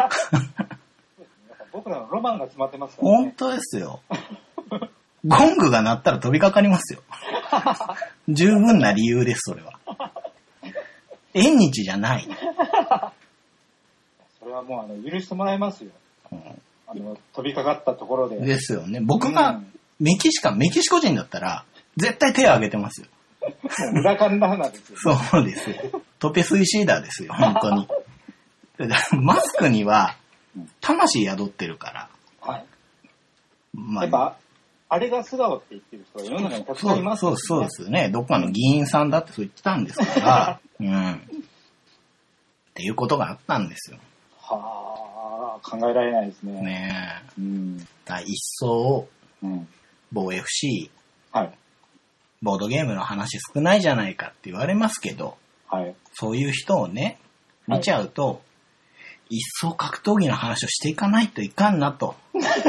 僕らのロマンが詰まってますからね。 本当ですよ。ゴングが鳴ったら飛びかかりますよ。十分な理由です、それは。縁日じゃない。 それはもうあの許してもらいますよ。うん、あの飛びかかったところで。 ですよね。僕がメキシカン、メキシコ人だったら、絶対手を挙げてますよ。 裏カンダーナですよ、 ね。そうですよ。トペスイシーダーですよ、本当に。マスクには、魂宿ってるから。はい。 まあ、やっぱ、あれが素顔って言ってる人は世の中にたくさんいますよね。 そう、そうですよね。どっかの議員さんだってそう言ってたんですから。うん。っていうことがあったんですよ。 はあ、考えられないですね。 ねえ。うん。だ一層、うん、某 エフシー、はい、ボードゲームの話少ないじゃないかって言われますけど、はい、そういう人をね、見ちゃうと、はい、一層格闘技の話をしていかないといかんなと。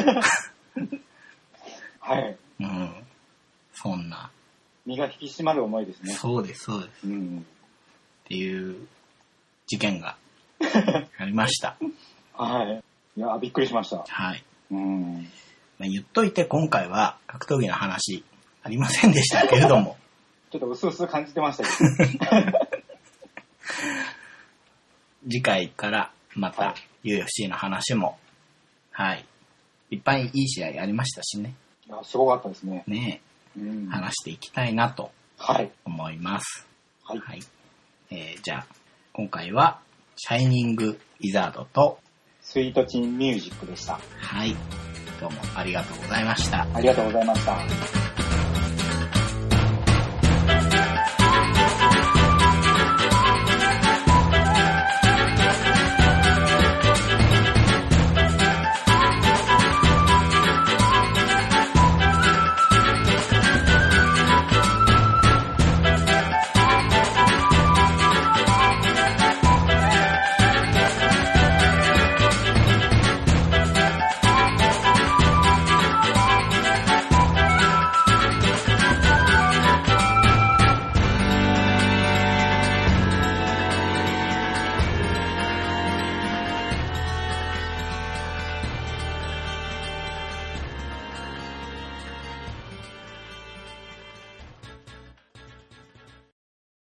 はい。うん。そんな。 身が引き締まる思いですね。 そうです、そうです。うん。っていう事件がありました。 はい。いや、びっくりしました。 はい。うん。まあ、言っといて今回は格闘技の話ありませんでしたけれども。 ちょっと薄々感じてましたけど。 次回からまた ユーエフシー の話も、はい。いっぱいいい試合ありましたしね。 いや、すごかったですね。 ねえ、うん、話していきたいなと思います。はい。はい、えー、じゃあ、今回は、シャイニング・ウィザードと、 スイートチン・ミュージックでした。 はい。どうもありがとうございました。 ありがとうございました。